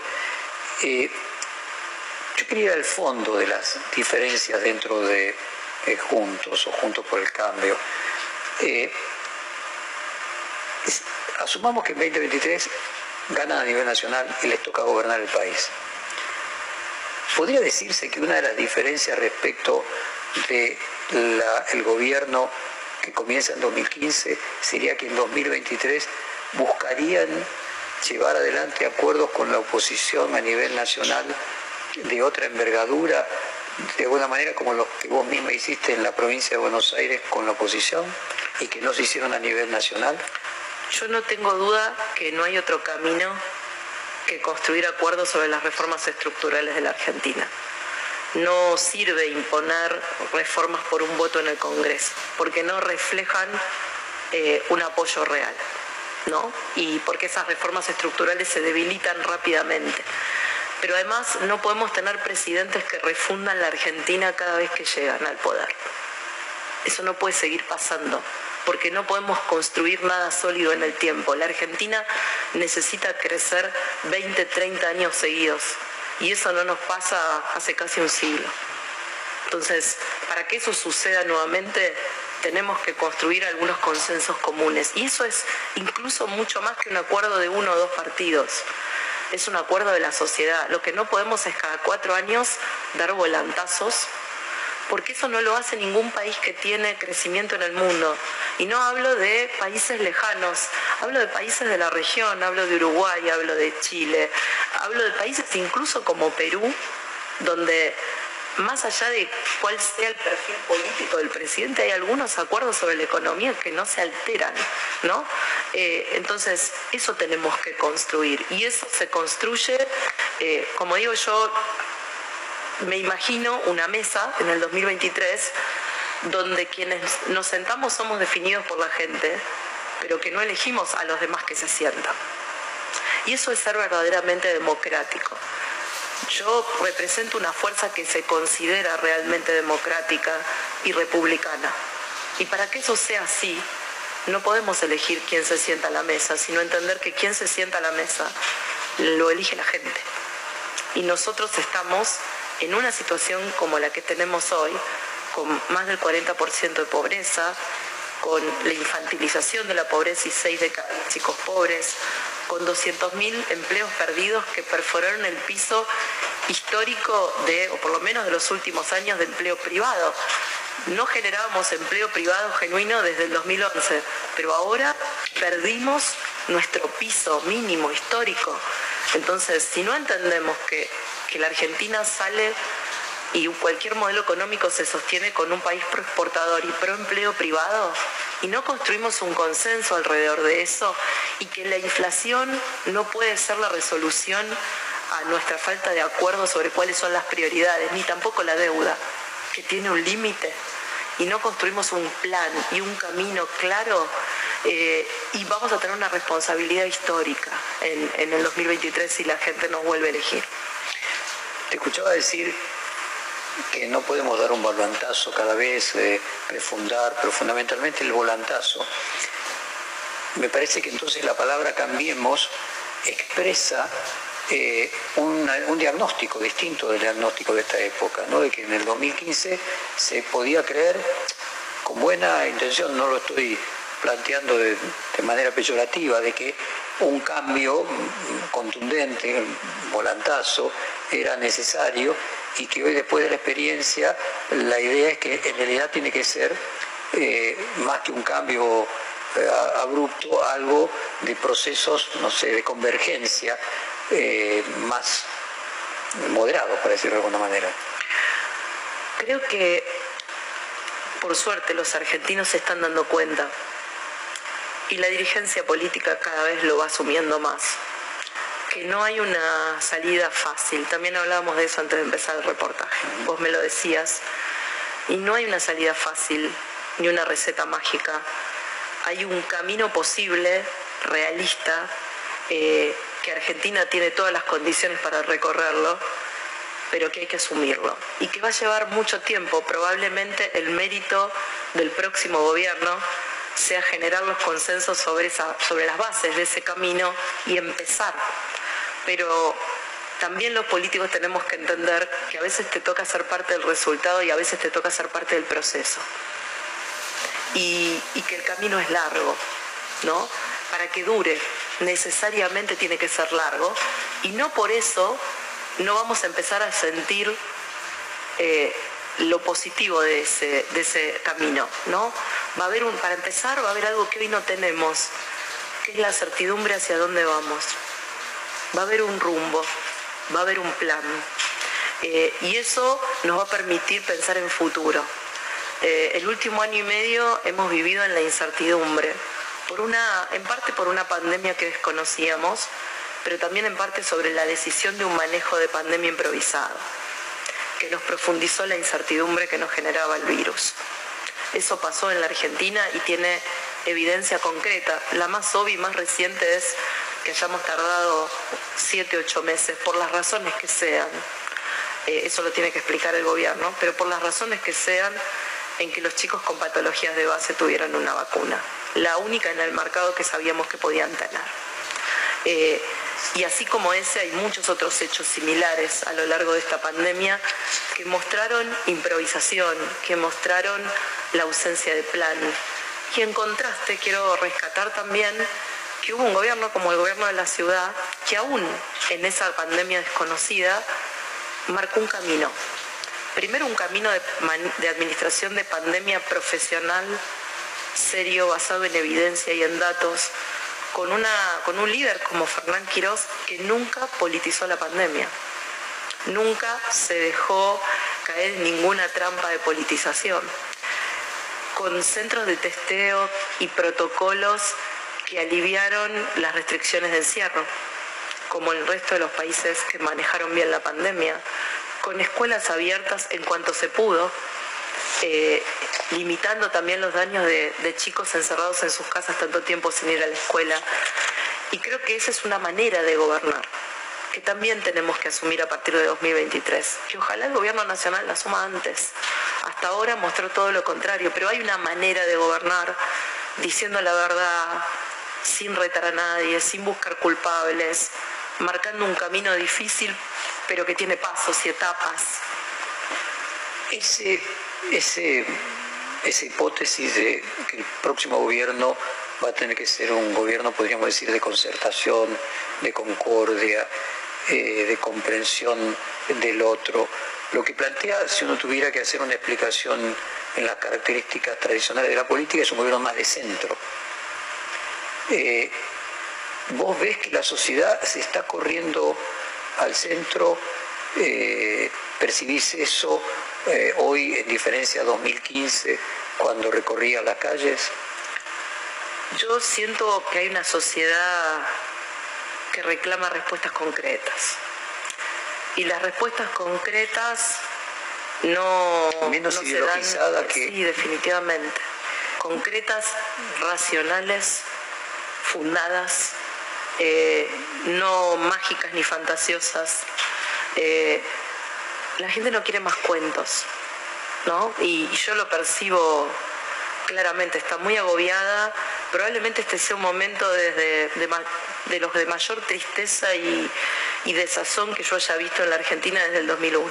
S1: Yo quería ir al fondo de las diferencias dentro de Juntos o Juntos por el Cambio. Asumamos que en 2023 ganan a nivel nacional y les toca gobernar el país. ¿Podría decirse que una de las diferencias respecto del gobierno que comienza en 2015 sería que en 2023 buscarían llevar adelante acuerdos con la oposición a nivel nacional de otra envergadura, de alguna manera como los que vos misma hiciste en la provincia de Buenos Aires con la oposición y que no se hicieron a nivel nacional?
S2: Yo no tengo duda que no hay otro camino que construir acuerdos sobre las reformas estructurales de la Argentina. No sirve imponer reformas por un voto en el Congreso, porque no reflejan un apoyo real, ¿no? Y porque esas reformas estructurales se debilitan rápidamente. Pero además no podemos tener presidentes que refundan la Argentina cada vez que llegan al poder. Eso no puede seguir pasando, porque no podemos construir nada sólido en el tiempo. La Argentina necesita crecer 20, 30 años seguidos, y eso no nos pasa hace casi un siglo. Entonces, para que eso suceda nuevamente, tenemos que construir algunos consensos comunes, y eso es incluso mucho más que un acuerdo de uno o dos partidos. Es un acuerdo de la sociedad. Lo que no podemos es cada 4 años dar volantazos, porque eso no lo hace ningún país que tiene crecimiento en el mundo. Y no hablo de países lejanos, hablo de países de la región, hablo de Uruguay, hablo de Chile, hablo de países incluso como Perú, donde más allá de cuál sea el perfil político del presidente, hay algunos acuerdos sobre la economía que no se alteran, ¿no? Entonces, eso tenemos que construir, y eso se construye, como digo yo, me imagino una mesa en el 2023 donde quienes nos sentamos somos definidos por la gente, pero que no elegimos a los demás que se sientan. Y eso es ser verdaderamente democrático. Yo represento una fuerza que se considera realmente democrática y republicana. Y para que eso sea así, no podemos elegir quién se sienta a la mesa, sino entender que quien se sienta a la mesa lo elige la gente. Y nosotros estamos en una situación como la que tenemos hoy, con más del 40% de pobreza, con la infantilización de la pobreza y 6 de cada chicos pobres, con 200.000 empleos perdidos que perforaron el piso histórico o por lo menos de los últimos años, de empleo privado. No generábamos empleo privado genuino desde el 2011, pero ahora perdimos nuestro piso mínimo histórico. Entonces, si no entendemos que la Argentina sale y cualquier modelo económico se sostiene con un país proexportador y proempleo privado, y no construimos un consenso alrededor de eso, y que la inflación no puede ser la resolución a nuestra falta de acuerdo sobre cuáles son las prioridades, ni tampoco la deuda, que tiene un límite, y no construimos un plan y un camino claro, y vamos a tener una responsabilidad histórica en el 2023 si la gente nos vuelve a elegir.
S1: Te escuchaba decir que no podemos dar un volantazo cada vez, refundar, pero fundamentalmente el volantazo. Me parece que entonces la palabra cambiemos expresa un diagnóstico distinto del diagnóstico de esta época, ¿no? De que en el 2015 se podía creer, con buena intención, no lo estoy planteando de manera peyorativa, de que un cambio contundente, un volantazo, era necesario, y que hoy, después de la experiencia, la idea es que en realidad tiene que ser más que un cambio abrupto, algo de procesos, no sé, de convergencia más moderados, para decirlo de alguna manera.
S2: Creo que por suerte los argentinos se están dando cuenta y la dirigencia política cada vez lo va asumiendo más, que no hay una salida fácil. También hablábamos de eso antes de empezar el reportaje, vos me lo decías, y no hay una salida fácil ni una receta mágica. Hay un camino posible, realista, que Argentina tiene todas las condiciones para recorrerlo, pero que hay que asumirlo y que va a llevar mucho tiempo. Probablemente el mérito del próximo gobierno sea generar los consensos sobre las bases de ese camino y empezar. Pero también los políticos tenemos que entender que a veces te toca ser parte del resultado y a veces te toca ser parte del proceso. Y que el camino es largo, ¿no? Para que dure, necesariamente tiene que ser largo, y no por eso no vamos a empezar a sentir lo positivo de ese camino, ¿no? Para empezar, va a haber algo que hoy no tenemos, que es la certidumbre hacia dónde vamos. Va a haber un rumbo, va a haber un plan, y eso nos va a permitir pensar en futuro. El último año y medio hemos vivido en la incertidumbre, en parte por una pandemia que desconocíamos, pero también en parte sobre la decisión de un manejo de pandemia improvisado, que nos profundizó la incertidumbre que nos generaba el virus. Eso pasó en la Argentina y tiene evidencia concreta. La más obvia y más reciente es que hayamos tardado 7, 8 meses, por las razones que sean, eso lo tiene que explicar el gobierno, pero por las razones que sean, en que los chicos con patologías de base tuvieran una vacuna, la única en el mercado que sabíamos que podían tener. Y así como ese, hay muchos otros hechos similares a lo largo de esta pandemia que mostraron improvisación, que mostraron la ausencia de plan. Y en contraste quiero rescatar también que hubo un gobierno como el gobierno de la ciudad que aún en esa pandemia desconocida marcó un camino. Primero, un camino de administración de pandemia profesional, serio, basado en evidencia y en datos, con un líder como Fernán Quirós, que nunca politizó la pandemia, nunca se dejó caer en ninguna trampa de politización, con centros de testeo y protocolos que aliviaron las restricciones de encierro, como el resto de los países que manejaron bien la pandemia, con escuelas abiertas en cuanto se pudo, limitando también los daños de chicos encerrados en sus casas tanto tiempo sin ir a la escuela. Y creo que esa es una manera de gobernar que también tenemos que asumir a partir de 2023, que ojalá el gobierno nacional la asuma antes. Hasta ahora mostró todo lo contrario, pero hay una manera de gobernar diciendo la verdad, sin retar a nadie, sin buscar culpables, marcando un camino difícil pero que tiene pasos y etapas.
S1: Esa hipótesis de que el próximo gobierno va a tener que ser un gobierno, podríamos decir, de concertación, de concordia, de comprensión del otro, lo que plantea, si uno tuviera que hacer una explicación en las características tradicionales de la política, es un gobierno más de centro. Vos ves que la sociedad se está corriendo al centro, percibís eso hoy en diferencia a 2015 cuando recorría las calles.
S2: Yo siento que hay una sociedad que reclama respuestas concretas y las respuestas concretas no se dan, que... Sí, definitivamente, concretas, racionales, fundadas, no mágicas ni fantasiosas. La gente no quiere más cuentos, ¿no? Y yo lo percibo claramente, está muy agobiada. Probablemente este sea un momento de los de mayor tristeza y desazón que yo haya visto en la Argentina desde el 2001.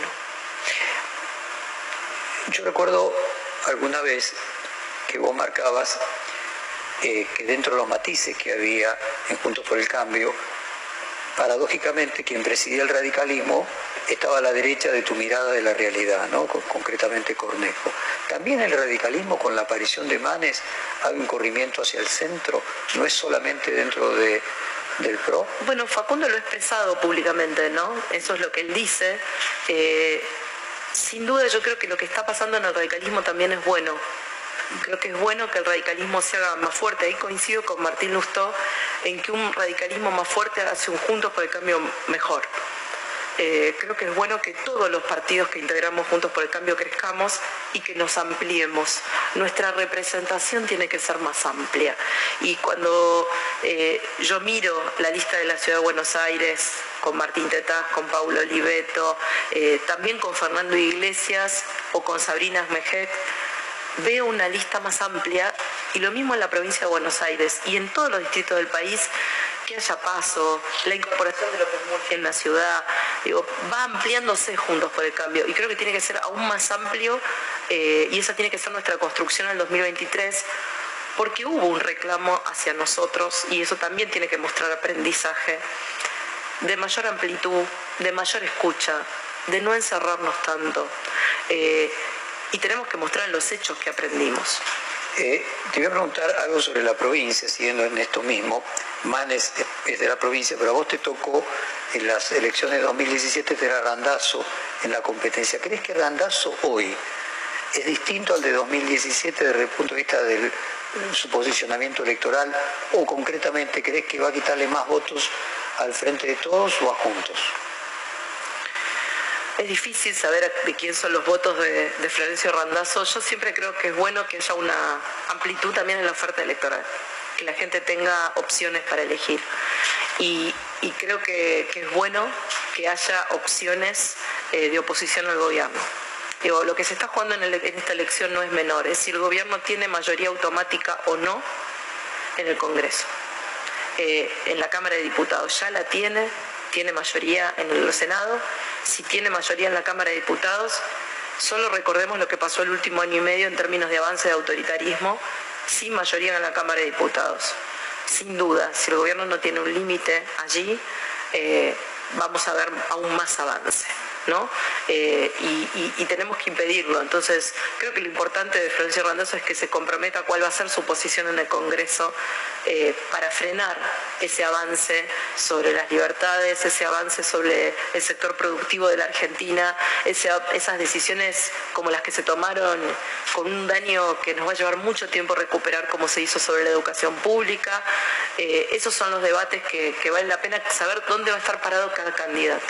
S1: Yo recuerdo alguna vez que vos marcabas que dentro de los matices que había en Juntos por el Cambio, paradójicamente quien presidía el radicalismo estaba a la derecha de tu mirada de la realidad, ¿no? Concretamente Cornejo. También el radicalismo, con la aparición de Manes, hay un corrimiento hacia el centro, no es solamente dentro del PRO.
S2: Bueno, Facundo lo ha expresado públicamente, ¿no? Eso es lo que él dice. Sin duda yo creo que lo que está pasando en el radicalismo también es bueno, Creo que es bueno que el radicalismo se haga más fuerte. Ahí coincido con Martín Lustó en que un radicalismo más fuerte hace un Juntos por el Cambio mejor. Creo que es bueno que todos los partidos que integramos Juntos por el Cambio crezcamos y que nos ampliemos. Nuestra representación tiene que ser más amplia. Y cuando yo miro la lista de la Ciudad de Buenos Aires, con Martín Tetaz, con Paulo Oliveto, también con Fernando Iglesias o con Sabrina Mejek, veo una lista más amplia, y lo mismo en la provincia de Buenos Aires y en todos los distritos del país, que haya paso, la incorporación de López Murphy en la ciudad, digo, va ampliándose Juntos por el Cambio, y creo que tiene que ser aún más amplio, y esa tiene que ser nuestra construcción en el 2023, porque hubo un reclamo hacia nosotros, y eso también tiene que mostrar aprendizaje, de mayor amplitud, de mayor escucha, de no encerrarnos tanto, y tenemos que mostrar en los hechos que aprendimos.
S1: Te voy a preguntar algo sobre la provincia, siguiendo en esto mismo. Manes es de la provincia, pero a vos te tocó en las elecciones de 2017 tener Randazzo en la competencia. ¿Crees que Randazzo hoy es distinto al de 2017 desde el punto de vista de su posicionamiento electoral, o concretamente crees que va a quitarle más votos al Frente de Todos o a Juntos?
S2: Es difícil saber de quién son los votos de Florencio Randazzo. Yo siempre creo que es bueno que haya una amplitud también en la oferta electoral, que la gente tenga opciones para elegir. Y creo que es bueno que haya opciones de oposición al gobierno. Digo, lo que se está jugando en esta elección no es menor, es si el gobierno tiene mayoría automática o no en el Congreso. En la Cámara de Diputados ya la tiene mayoría en el Senado. Si tiene mayoría en la Cámara de Diputados, solo recordemos lo que pasó el último año y medio en términos de avance de autoritarismo, sin mayoría en la Cámara de Diputados. Sin duda, si el gobierno no tiene un límite allí, vamos a ver aún más avance, ¿no? Y tenemos que impedirlo. Entonces, creo que lo importante de Florencio Randazzo es que se comprometa a cuál va a ser su posición en el Congreso para frenar ese avance sobre las libertades, ese avance sobre el sector productivo de la Argentina, esas decisiones como las que se tomaron con un daño que nos va a llevar mucho tiempo recuperar, como se hizo sobre la educación pública. Esos son los debates que vale la pena saber dónde va a estar parado cada candidato.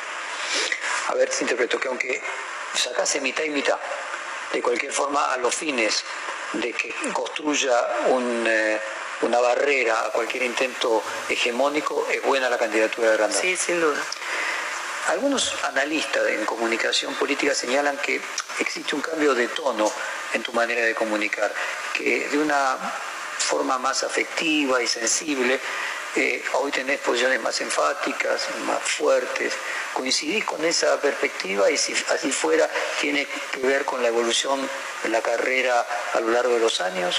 S1: A ver si interpreto que aunque sacase mitad y mitad, de cualquier forma a los fines de que construya una barrera a cualquier intento hegemónico, es buena la candidatura de Randazzo.
S2: Sí, sin duda.
S1: Algunos analistas en comunicación política señalan que existe un cambio de tono en tu manera de comunicar, que de una forma más afectiva y sensible, hoy tenés posiciones más enfáticas, más fuertes. ¿Coincidís con esa perspectiva? Y si así fuera, ¿tiene que ver con la evolución de la carrera a lo largo de los años?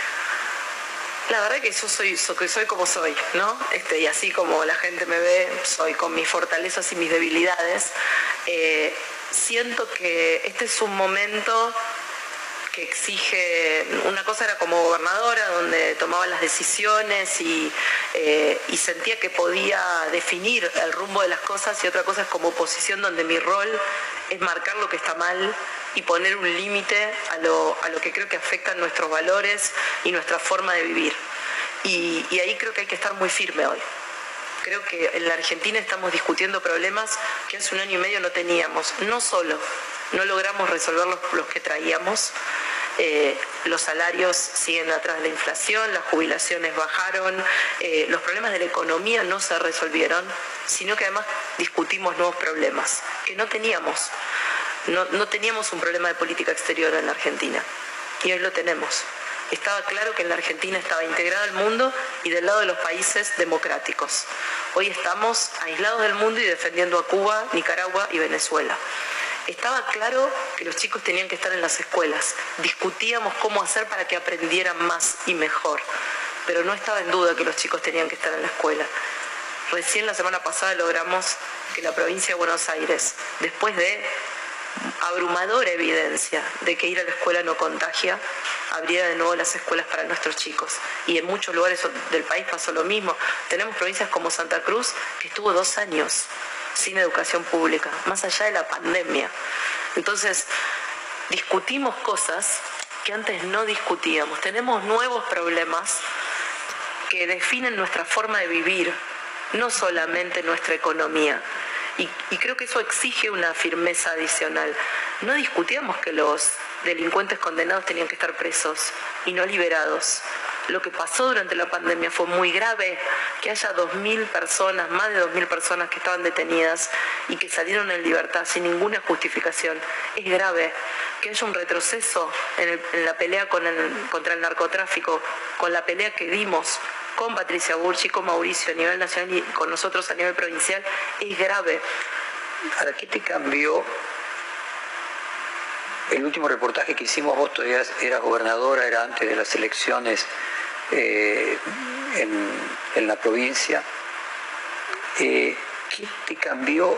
S2: La verdad que yo soy como soy, ¿no? Y así como la gente me ve, soy con mis fortalezas y mis debilidades. Siento que este es un momento que exige, una cosa era como gobernadora, donde tomaba las decisiones y sentía que podía definir el rumbo de las cosas, y otra cosa es como oposición, donde mi rol es marcar lo que está mal y poner un límite a lo que creo que afectan nuestros valores y nuestra forma de vivir. Y ahí creo que hay que estar muy firme hoy. Creo que en la Argentina estamos discutiendo problemas que hace un año y medio no teníamos. No solo no logramos resolver los que traíamos, los salarios siguen atrás de la inflación, las jubilaciones bajaron, los problemas de la economía no se resolvieron, sino que además discutimos nuevos problemas que no teníamos. No teníamos un problema de política exterior en la Argentina, y hoy lo tenemos. Estaba claro que en la Argentina estaba integrada al mundo y del lado de los países democráticos. Hoy estamos aislados del mundo y defendiendo a Cuba, Nicaragua y Venezuela. Estaba claro que los chicos tenían que estar en las escuelas. Discutíamos cómo hacer para que aprendieran más y mejor, pero no estaba en duda que los chicos tenían que estar en la escuela. Recién la semana pasada logramos que la provincia de Buenos Aires, después de abrumadora evidencia de que ir a la escuela no contagia, abriera de nuevo las escuelas para nuestros chicos. Y en muchos lugares del país pasó lo mismo. Tenemos provincias como Santa Cruz, que estuvo 2 años sin educación pública, más allá de la pandemia. Entonces, discutimos cosas que antes no discutíamos. Tenemos nuevos problemas que definen nuestra forma de vivir, no solamente nuestra economía. Y creo que eso exige una firmeza adicional. No discutíamos que los delincuentes condenados tenían que estar presos y no liberados. Lo que pasó durante la pandemia fue muy grave, que haya 2.000 personas, más de 2.000 personas que estaban detenidas y que salieron en libertad sin ninguna justificación. Es grave que haya un retroceso en la pelea contra el narcotráfico, con la pelea que dimos con Patricia Burchi, con Mauricio a nivel nacional y con nosotros a nivel provincial, es grave.
S1: ¿Para qué te cambió? El último reportaje que hicimos, vos todavía eras gobernadora, era antes de las elecciones en la provincia. ¿Qué te cambió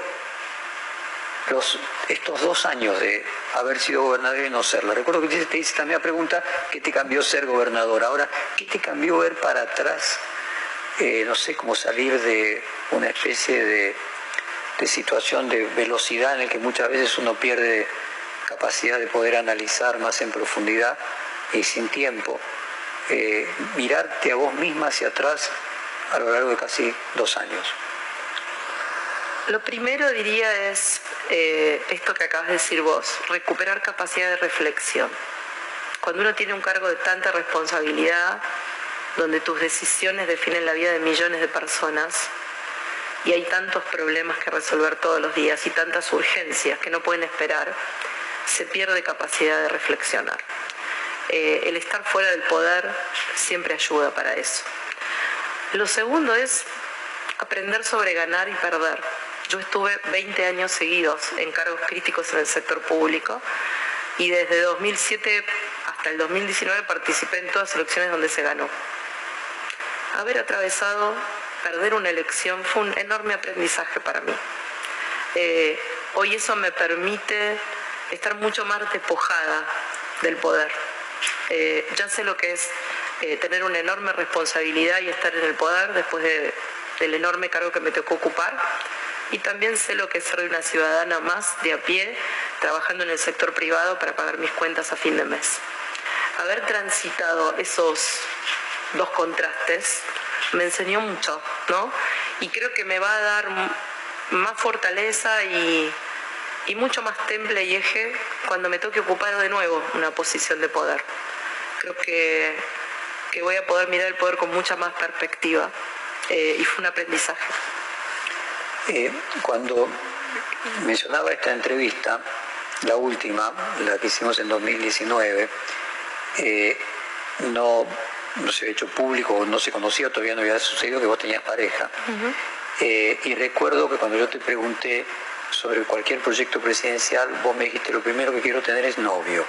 S1: estos 2 años de haber sido gobernadora y no serla? Recuerdo que te hice también la pregunta, ¿qué te cambió ser gobernadora? Ahora, ¿qué te cambió ver para atrás? No sé, cómo salir de una especie de situación de velocidad en el que muchas veces uno pierde capacidad de poder analizar más en profundidad y sin tiempo. Mirarte a vos misma hacia atrás a lo largo de casi 2 años.
S2: Lo primero diría es esto que acabas de decir vos, recuperar capacidad de reflexión. Cuando uno tiene un cargo de tanta responsabilidad, donde tus decisiones definen la vida de millones de personas, y hay tantos problemas que resolver todos los días y tantas urgencias que no pueden esperar, se pierde capacidad de reflexionar. El estar fuera del poder siempre ayuda para eso. Lo segundo es aprender sobre ganar y perder. Yo estuve 20 años seguidos en cargos críticos en el sector público y desde 2007 hasta el 2019 participé en todas las elecciones donde se ganó. Haber atravesado, perder una elección fue un enorme aprendizaje para mí. Hoy eso me permite estar mucho más despojada del poder. Ya sé lo que es tener una enorme responsabilidad y estar en el poder después del enorme cargo que me tocó ocupar, y también sé lo que es ser una ciudadana más de a pie trabajando en el sector privado para pagar mis cuentas a fin de mes. Haber transitado esos 2 contrastes me enseñó mucho, ¿no? Y creo que me va a dar más fortaleza y mucho más temple y eje cuando me toque ocupar de nuevo una posición de poder. Creo que voy a poder mirar el poder con mucha más perspectiva y fue un aprendizaje.
S1: Cuando mencionaba esta entrevista, la última, la que hicimos en 2019, no se había hecho público, no se conocía, todavía no había sucedido que vos tenías pareja. Y recuerdo que cuando yo te pregunté sobre cualquier proyecto presidencial, vos me dijiste, lo primero que quiero tener es novio.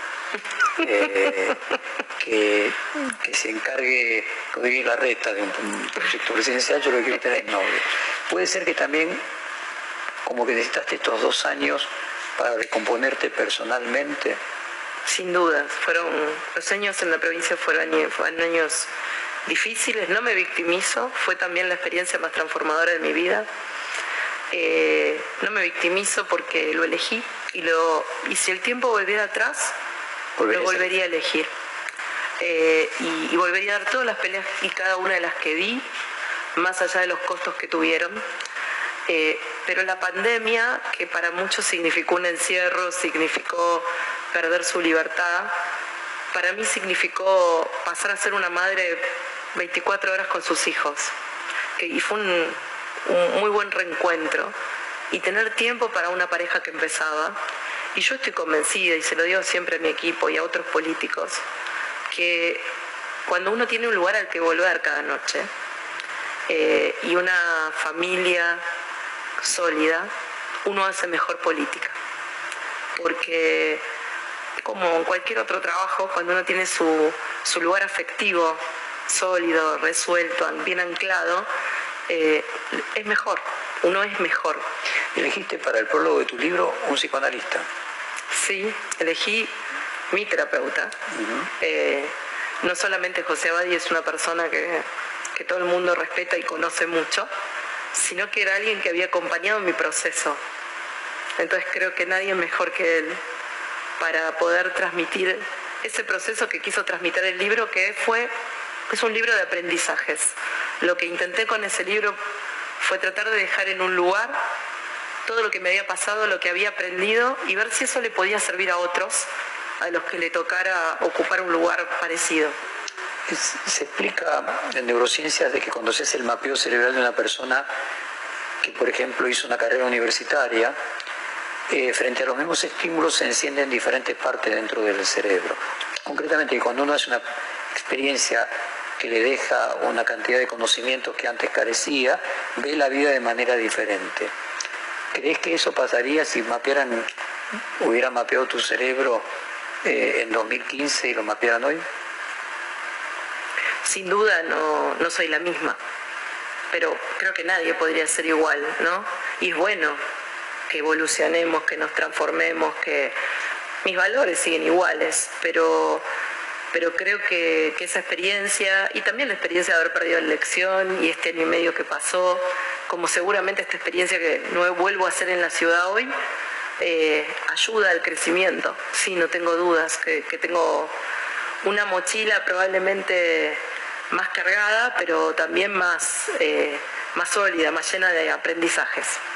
S1: Que se encargue Rodríguez Larreta de un proyecto presidencial, yo lo que quiero tener es novio. Puede ser que también como que necesitaste estos 2 años para recomponerte personalmente.
S2: Sin duda, los años en la provincia fueron años difíciles, no me victimizo, fue también la experiencia más transformadora de mi vida. No me victimizo porque lo elegí y si el tiempo volviera atrás, lo volvería a elegir. Y volvería a dar todas las peleas y cada una de las que di, más allá de los costos que tuvieron. Pero la pandemia, que para muchos significó un encierro, significó perder su libertad, para mí significó pasar a ser una madre 24 horas con sus hijos. Y fue un muy buen reencuentro y tener tiempo para una pareja que empezaba. Y yo estoy convencida, y se lo digo siempre a mi equipo y a otros políticos, que cuando uno tiene un lugar al que volver cada noche y una familia sólida, uno hace mejor política. Porque como en cualquier otro trabajo, cuando uno tiene su lugar afectivo sólido, resuelto, bien anclado, es mejor, uno es mejor.
S1: ¿Elegiste para el prólogo de tu libro un psicoanalista?
S2: Sí, elegí mi terapeuta. No solamente José Abadi es una persona que todo el mundo respeta y conoce mucho, sino que era alguien que había acompañado mi proceso. Entonces creo que nadie mejor que él para poder transmitir ese proceso que quiso transmitir el libro, es un libro de aprendizajes. Lo que intenté con ese libro fue tratar de dejar en un lugar todo lo que me había pasado, lo que había aprendido, y ver si eso le podía servir a otros, a los que le tocara ocupar un lugar parecido.
S1: Se explica en neurociencias de que cuando se hace el mapeo cerebral de una persona que, por ejemplo, hizo una carrera universitaria, frente a los mismos estímulos se encienden diferentes partes dentro del cerebro. Concretamente, cuando uno hace una experiencia que le deja una cantidad de conocimientos que antes carecía, ve la vida de manera diferente. ¿Crees que eso pasaría si hubieran mapeado tu cerebro en 2015 y lo mapearan hoy?
S2: Sin duda no soy la misma, pero creo que nadie podría ser igual, ¿no? Y es bueno que evolucionemos, que nos transformemos, que mis valores siguen iguales, pero creo que esa experiencia, y también la experiencia de haber perdido la elección y este año y medio que pasó, como seguramente esta experiencia que no vuelvo a hacer en la ciudad hoy, ayuda al crecimiento. Sí, no tengo dudas, que tengo una mochila probablemente más cargada, pero también más sólida, más llena de aprendizajes.